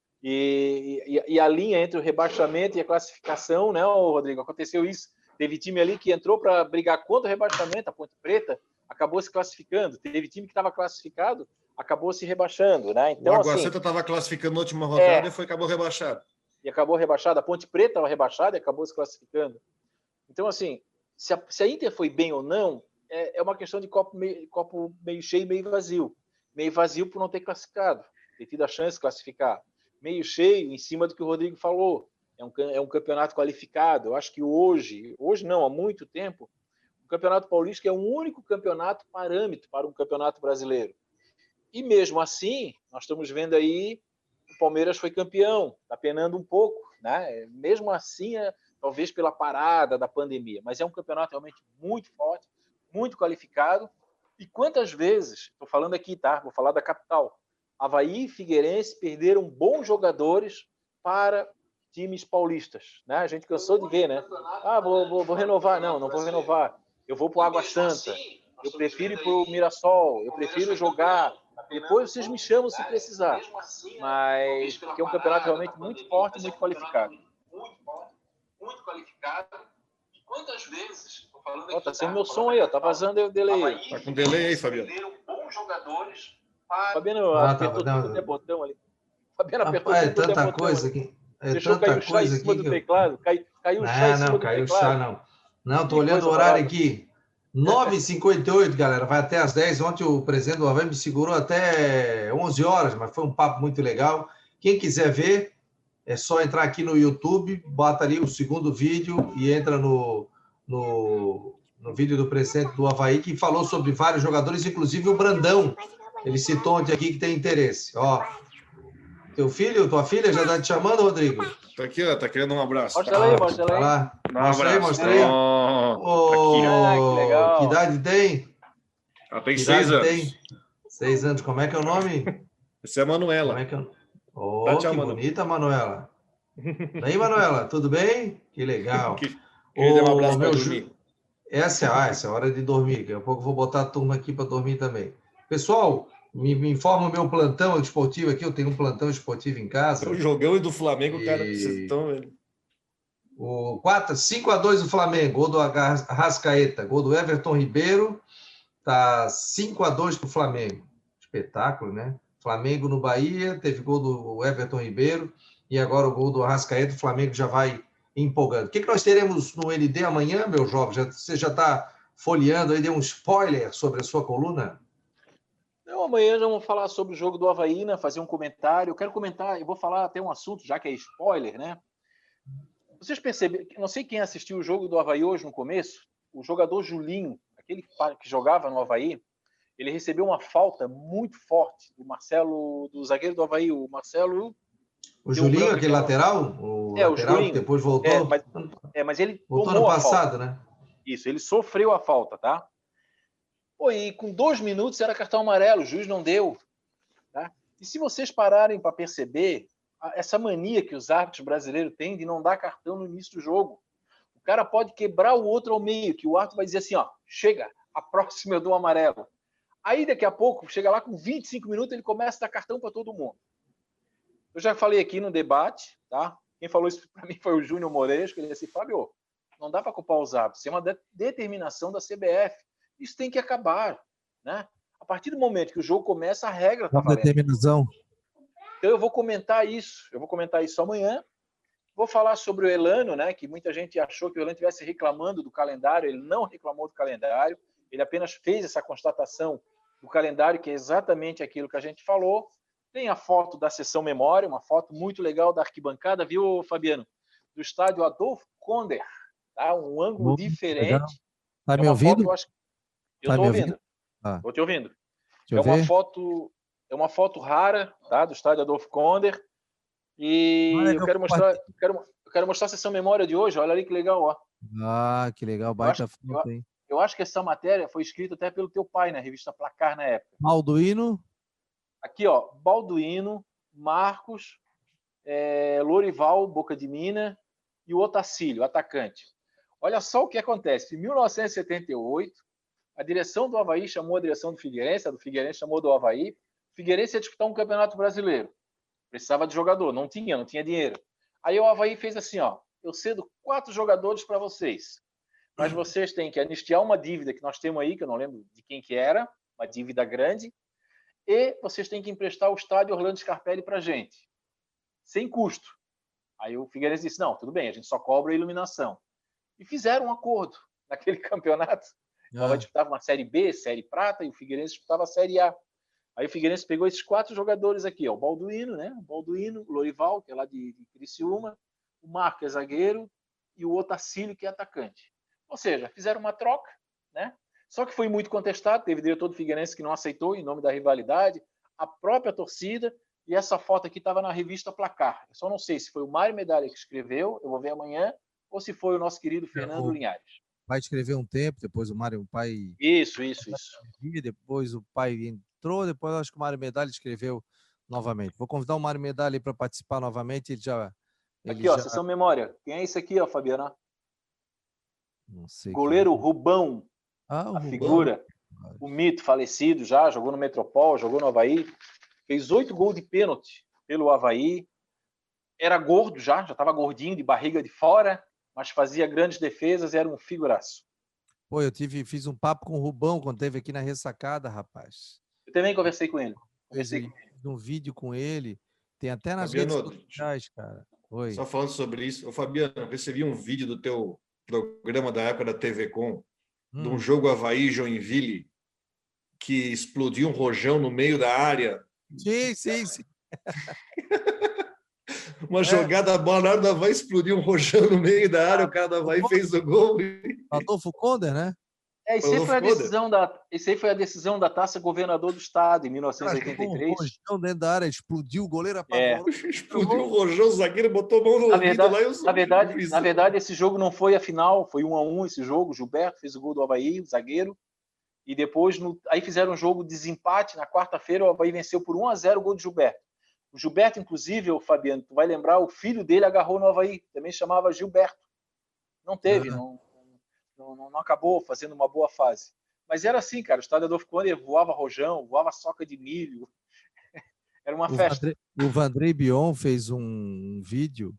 E, e, e a linha entre o rebaixamento e a classificação, né, Rodrigo? Aconteceu isso. Teve time ali que entrou para brigar contra o rebaixamento, a Ponte Preta acabou se classificando. Teve time que estava classificado, acabou se rebaixando, né? Então, o Água Santa estava assim, classificando na última rodada é, e foi, acabou rebaixado. E acabou rebaixado. A Ponte Preta estava rebaixada e acabou se classificando. Então, assim, se a, se a Inter foi bem ou não, é, é uma questão de copo meio, copo meio cheio e meio vazio. Meio vazio por não ter classificado, ter tido a chance de classificar. Meio cheio, em cima do que o Rodrigo falou. É um, é um campeonato qualificado. Eu acho que hoje, hoje não, há muito tempo, o Campeonato Paulista é o único campeonato parâmetro para um campeonato brasileiro. E mesmo assim, nós estamos vendo aí, o Palmeiras foi campeão, está penando um pouco, né? Mesmo assim, é, talvez pela parada da pandemia, mas é um campeonato realmente muito forte, muito qualificado. E quantas vezes, estou falando aqui, tá? Vou falar da capital, Avaí e Figueirense perderam bons jogadores para times paulistas, né? A gente cansou de ver, né? Ah, vou, vou, vou renovar. Não, não vou renovar. Eu vou para o Água Santa. Eu prefiro ir para o Mirassol. Eu prefiro jogar. Depois vocês me chamam se precisar. Mas porque é um campeonato realmente muito forte e muito qualificado. Muito forte, muito qualificado. E quantas vezes... Ó, tá sendo meu som aí, ó. Tá vazando o delay aí. Tá com delay aí, Fabiano. Perderam bons jogadores. Fabiano ah, apertou tá, tudo que é botão ali. Fabiano apertou Rapaz, tudo é tanta é coisa aqui. é Deixou tanta cair o chá em coisa cima aqui do que eu... teclado? Cai, caiu o chá em Não, cima não, do caiu o teclado? chá, não. Não, tô Que olhando o coisa horário barata. aqui. nove e cinquenta e oito, galera, vai até às dez. Ontem o presidente do Avaí me segurou até onze horas, mas foi um papo muito legal. Quem quiser ver, é só entrar aqui no YouTube, bota ali o segundo vídeo e entra no, no, no vídeo do presidente do Avaí, que falou sobre vários jogadores, inclusive o Brandão. Ele citou ontem aqui que tem interesse. Ó, teu filho, tua filha já está te chamando, Rodrigo? Tá aqui, ó, tá querendo um abraço. Mostra ela aí, mostra ela Vai aí. lá. Dá um Mostra aí, abraço. mostra aí. Pronto, Ô, Ah, que legal. que idade tem? Ela tem Que seis idade anos. tem? Seis anos. Como é que é o nome? Essa é a Manuela. Como é que é? o- Oh, Tá, tchau, que Manu. bonita, Manuela. Daí, Manuela, tudo bem? Que legal. Que- Queria dar um abraço Ô, para meu dormir. Ju... Essa, é- ah, essa é a hora de dormir. Daqui a pouco eu vou botar a turma aqui para dormir também. Pessoal, me, me informa o meu plantão esportivo aqui. Eu tenho um plantão esportivo em casa. O jogão e do Flamengo, E- cara, vocês estão... O quatro, cinco a dois do Flamengo, gol do Arrascaeta, gol do Everton Ribeiro, tá cinco a dois para o Flamengo. Espetáculo, né? Flamengo no Bahia, teve gol do Everton Ribeiro e agora o gol do Arrascaeta, o Flamengo já vai empolgando. O que, que nós teremos no N D amanhã, meu jovem? Já, você já está folheando aí, deu um spoiler sobre a sua coluna? Não, amanhã nós vamos falar sobre o jogo do Avaí, né? Fazer um comentário. Eu quero comentar, eu vou falar até um assunto, já que é spoiler, né? Vocês perceberam, não sei quem assistiu o jogo do Avaí hoje no começo, o jogador Julinho, aquele que jogava no Avaí, ele recebeu uma falta muito forte do Marcelo, do zagueiro do Avaí, o Marcelo... O Julinho, aquele lateral? O é, lateral o Julinho, que depois voltou? É, mas, é, mas ele voltou tomou no passado, a falta. Né? Isso, ele sofreu a falta, tá? Pô, e com dois minutos era cartão amarelo, o juiz não deu. Tá? E se vocês pararem para perceber, essa mania que os árbitros brasileiros têm de não dar cartão no início do jogo. O cara pode quebrar o outro ao meio, que o árbitro vai dizer assim, ó, chega, a próxima eu dou amarelo. Aí daqui a pouco, chega lá com vinte e cinco minutos, ele começa a dar cartão para todo mundo. Eu já falei aqui no debate, tá? Quem falou isso para mim foi o Júnior Moreira, que ele disse assim, Fábio, não dá para culpar os árbitros, isso é uma de determinação da C B F. Isso tem que acabar, né? A partir do momento que o jogo começa, a regra está valendo. Determinação. Então eu vou comentar isso, eu vou comentar isso amanhã. Vou falar sobre o Elano, né? Que muita gente achou que o Elano estivesse reclamando do calendário, ele não reclamou do calendário, ele apenas fez essa constatação do calendário, que é exatamente aquilo que a gente falou. Tem a foto da sessão memória, uma foto muito legal da arquibancada, viu, Fabiano? Do estádio Adolfo Konder, tá? Um ângulo Muito diferente. legal. Tá É me uma ouvindo? foto, eu acho... Eu Tá tô me ouvindo. ouvindo? Ah. Tô te ouvindo. Deixa eu É uma ver. foto, é uma foto rara, tá? Do estádio Adolfo Konder. E Olha, eu quero mostrar, eu quero, eu quero mostrar a sessão memória de hoje. Olha ali que legal, ó. Ah, que legal, baita acho- foto, hein? Eu acho que essa matéria foi escrita até pelo teu pai na revista Placar na época. Balduino, Aqui, ó, Balduino, Marcos, é, Lorival, Boca de Mina e o Otacílio, atacante. Olha só o que acontece. Em mil novecentos e setenta e oito, a direção do Avaí chamou a direção do Figueirense, a do Figueirense chamou do Avaí. O Figueirense ia disputar um campeonato brasileiro. Precisava de jogador, não tinha, não tinha dinheiro. Aí o Avaí fez assim, ó, eu cedo quatro jogadores para vocês, mas vocês têm que anistiar uma dívida que nós temos aí, que eu não lembro de quem que era, uma dívida grande, e vocês têm que emprestar o estádio Orlando Scarpelli para a gente, sem custo. Aí o Figueirense disse, não, tudo bem, a gente só cobra a iluminação. E fizeram um acordo naquele campeonato. O Avaí disputava uma Série B, Série Prata, e o Figueirense disputava a Série A. Aí o Figueirense pegou esses quatro jogadores aqui, ó, o Balduino, né? O Balduino, o Lorival, que é lá de, de Criciúma, o Marco, que é zagueiro, e o Otacílio, que é atacante. Ou seja, fizeram uma troca, né? Só que foi muito contestado, teve diretor do Figueirense que não aceitou em nome da rivalidade, a própria torcida, e essa foto aqui estava na revista Placar. Eu só não sei se foi o Mário Medalha que escreveu, eu vou ver amanhã, ou se foi o nosso querido Fernando o... Linhares. vai escrever um tempo, depois o Mário, o pai... Isso, isso, isso. Depois o pai entrou, depois acho que o Mário Medalha escreveu novamente. Vou convidar o Mário Medalha para participar novamente, ele já... Ele aqui, ó, já... sessão memória. Quem é esse aqui, ó, Fabiana? Não sei. Goleiro quem... Rubão, ah, a Rubão. figura, o mito falecido já, jogou no Metropol, jogou no Avaí, fez oito gols de pênalti pelo Avaí, era gordo já, já estava gordinho, de barriga de fora, mas fazia grandes defesas e era um figuraço. Pô, eu tive, fiz um papo com o Rubão quando teve aqui na Ressacada, rapaz. Eu também conversei com ele. Conversei. Fiz um vídeo com ele, tem até nas Fabiano, redes sociais, cara. Oi. Só falando sobre isso. Ô, Fabiano, eu recebi um vídeo do teu programa da época da T V Com, hum. de um jogo Avaí-Joinville, que explodiu um rojão no meio da área. Sim, sim, sim. Uma é. jogada, a bola na hora do Avaí explodiu um rojão no meio da área, o cara do Avaí fez o gol. E... Adolfo Conder, né? É, isso aí, foi a decisão da, isso aí foi a decisão da Taça Governador do Estado, em mil novecentos e oitenta e três. Um rojão dentro da área, explodiu, o goleiro apavorou. É. Explodiu o rojão, o zagueiro botou a mão no na ouvido verdade, lá e eu na verdade, na verdade, esse jogo não foi a final, foi um a um esse jogo. O Gilberto fez o gol do Avaí, o zagueiro. E depois, no, aí fizeram um jogo de desempate. Na quarta-feira, o Avaí venceu por um a zero o gol do Gilberto. O Gilberto, inclusive, o Fabiano, tu vai lembrar, o filho dele agarrou no Avaí, também chamava Gilberto. Não teve, ah. não, não, não, não acabou fazendo uma boa fase. Mas era assim, cara, o estádio Adolfo Conder voava rojão, voava soca de milho. Era uma o festa. Vandrei, o Vandrei Bion fez um vídeo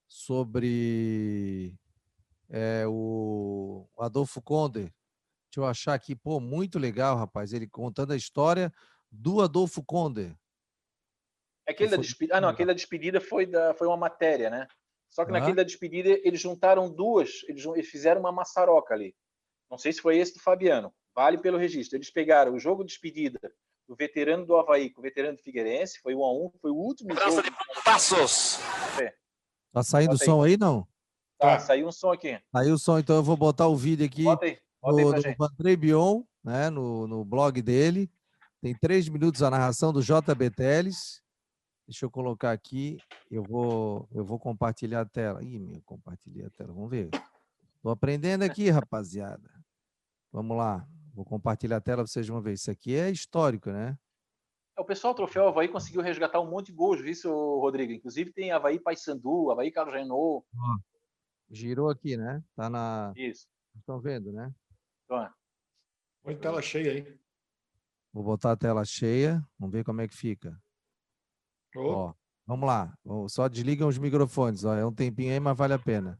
sobre é, o Adolfo Conder. Deixa eu achar aqui, pô, muito legal, rapaz. Ele contando a história do Adolfo Conder. Aquele da despedida, ah, não, aquele da despedida foi, da, foi uma matéria, né? Só que ah. naquele da despedida eles juntaram duas, eles, eles fizeram uma maçaroca ali. Não sei se foi esse do Fabiano, vale pelo registro. Eles pegaram o jogo de despedida do veterano do Avaí com o veterano do Figueirense, foi um a um, foi o último França jogo. De Passos. É. Tá saindo o som aí, não? Tá, saiu um som aqui. Saiu o som, então eu vou botar o vídeo aqui. Bota aí, bota aí do, pra do gente. Vandrei Bion, né, no, no blog dele. Tem três minutos a narração do J B Teles. Deixa eu colocar aqui. Eu vou, eu vou compartilhar a tela. Ih, meu, compartilhei a tela. Vamos ver. Tô aprendendo aqui, rapaziada. Vamos lá. Vou compartilhar a tela para vocês uma vez. Isso aqui é histórico, né? O pessoal Troféu Avaí conseguiu resgatar um monte de gols, viu, seu Rodrigo? Inclusive tem Avaí Paysandu, Avaí Carlos Renault. Ah, girou aqui, né? Tá na... Isso. Estão vendo, né? Então, põe tela cheia aí. Vou botar a tela cheia. Vamos ver como é que fica. Oh. Ó, vamos lá. Só desligam os microfones. Ó. É um tempinho aí, mas vale a pena.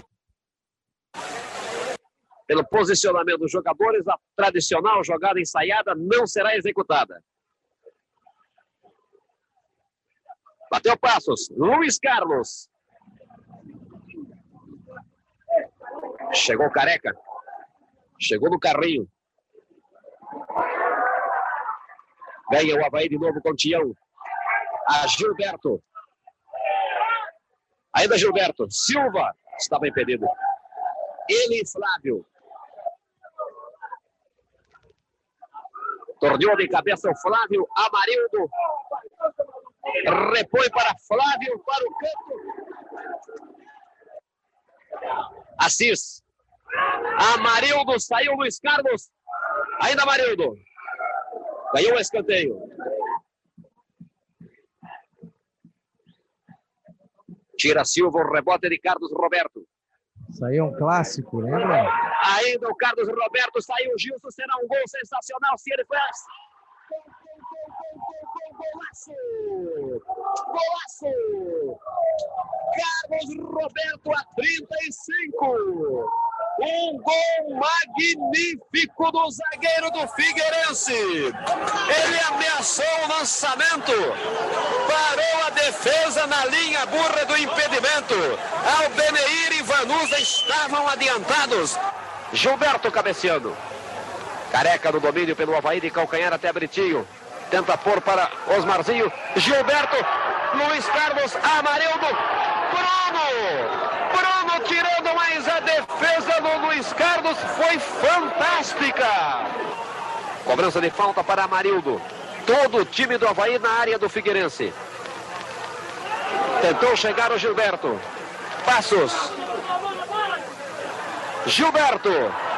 Pelo posicionamento dos jogadores, a tradicional jogada ensaiada não será executada. Bateu Passos. Luiz Carlos. Chegou Careca. Chegou no carrinho. Ganha o Avaí de novo com o Tião. A Gilberto. Ainda Gilberto. Silva estava impedido. Ele e Flávio. Torneou de cabeça o Flávio. Amarildo. Repõe para Flávio, para o canto. Assis. Amarildo, saiu Luiz Carlos. Ainda Amarildo. Ganhou o escanteio. Tira Silva, o rebote de Carlos Roberto. Isso aí é um clássico, lembra? Ainda o Carlos Roberto, saiu o Gilson, será um gol sensacional se ele faz. Golaço! Golaço! Carlos Roberto a trinta e cinco. Um gol magnífico do zagueiro do Figueirense. Ele ameaçou o lançamento, parou a defesa na linha burra do impedimento. Albeneir e Vanusa estavam adiantados. Gilberto cabeceando. Careca no domínio pelo Avaí de calcanhar até Britinho. Tenta pôr para Osmarzinho. Gilberto, Luiz Carlos, Amarildo, Bruno! Bruno tirando, mas a defesa do Luiz Carlos foi fantástica. Cobrança de falta para Amarildo. Todo o time do Avaí na área do Figueirense. Tentou chegar o Gilberto. Passos. Gilberto.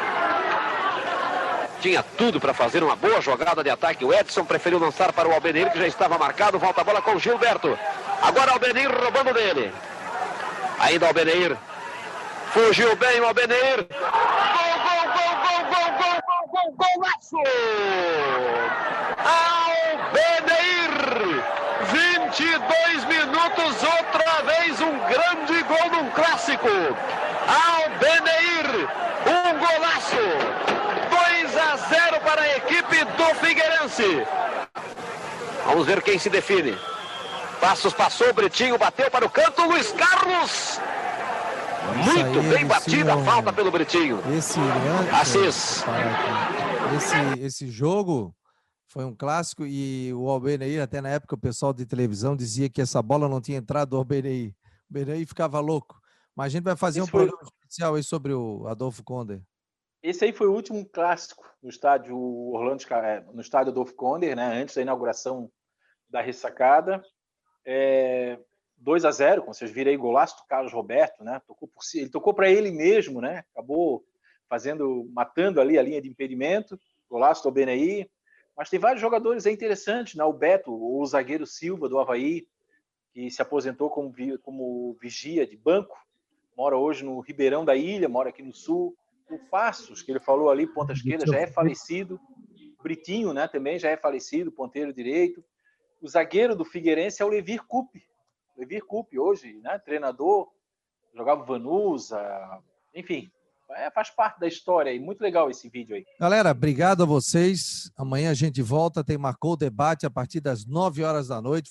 Tinha tudo para fazer uma boa jogada de ataque. O Edson preferiu lançar para o Albeneir, que já estava marcado. Volta a bola com o Gilberto. Agora Albeneir roubando dele. Ainda Albeneir. Fugiu bem o Albeneir. Gol, gol, gol, gol, gol, gol, gol, gol, golaço! Albeneir. vinte e dois minutos, outra vez um grande gol num clássico. Albeneir. Um golaço. dois a zero para a equipe do Figueirense. Vamos ver quem se define. Passos passou, Britinho bateu para o canto, Luiz Carlos. Muito bem batida a falta pelo Britinho. Esse, Assis. Esse, esse jogo foi um clássico e o Albeneir, até na época o pessoal de televisão dizia que essa bola não tinha entrado do Albeneir. O Albeneir ficava louco. Mas a gente vai fazer esse um foi... programa especial aí sobre o Adolfo Conde. Esse aí foi o último clássico no estádio Orlando, no estádio Adolfo Conde, né? Antes da inauguração da ressacada. É, dois a zero, como vocês viram aí, golaço do Carlos Roberto, né? Tocou por si, ele tocou para ele mesmo, né? Acabou fazendo, matando ali a linha de impedimento, golaço do Albeneir. Mas tem vários jogadores aí interessantes, né? O Beto, o zagueiro Silva do Avaí, que se aposentou como, como vigia de banco, mora hoje no Ribeirão da Ilha, mora aqui no Sul. O Passos, que ele falou ali, ponta esquerda, já é falecido. Britinho, né? Também já é falecido, ponteiro direito. O zagueiro do Figueirense é o Levir Coupe. Levir Coupe, hoje, né, treinador, jogava Vanusa, enfim, é, faz parte da história aí. Muito legal esse vídeo aí. Galera, obrigado a vocês. Amanhã a gente volta, tem Marcou o Debate a partir das nove horas da noite.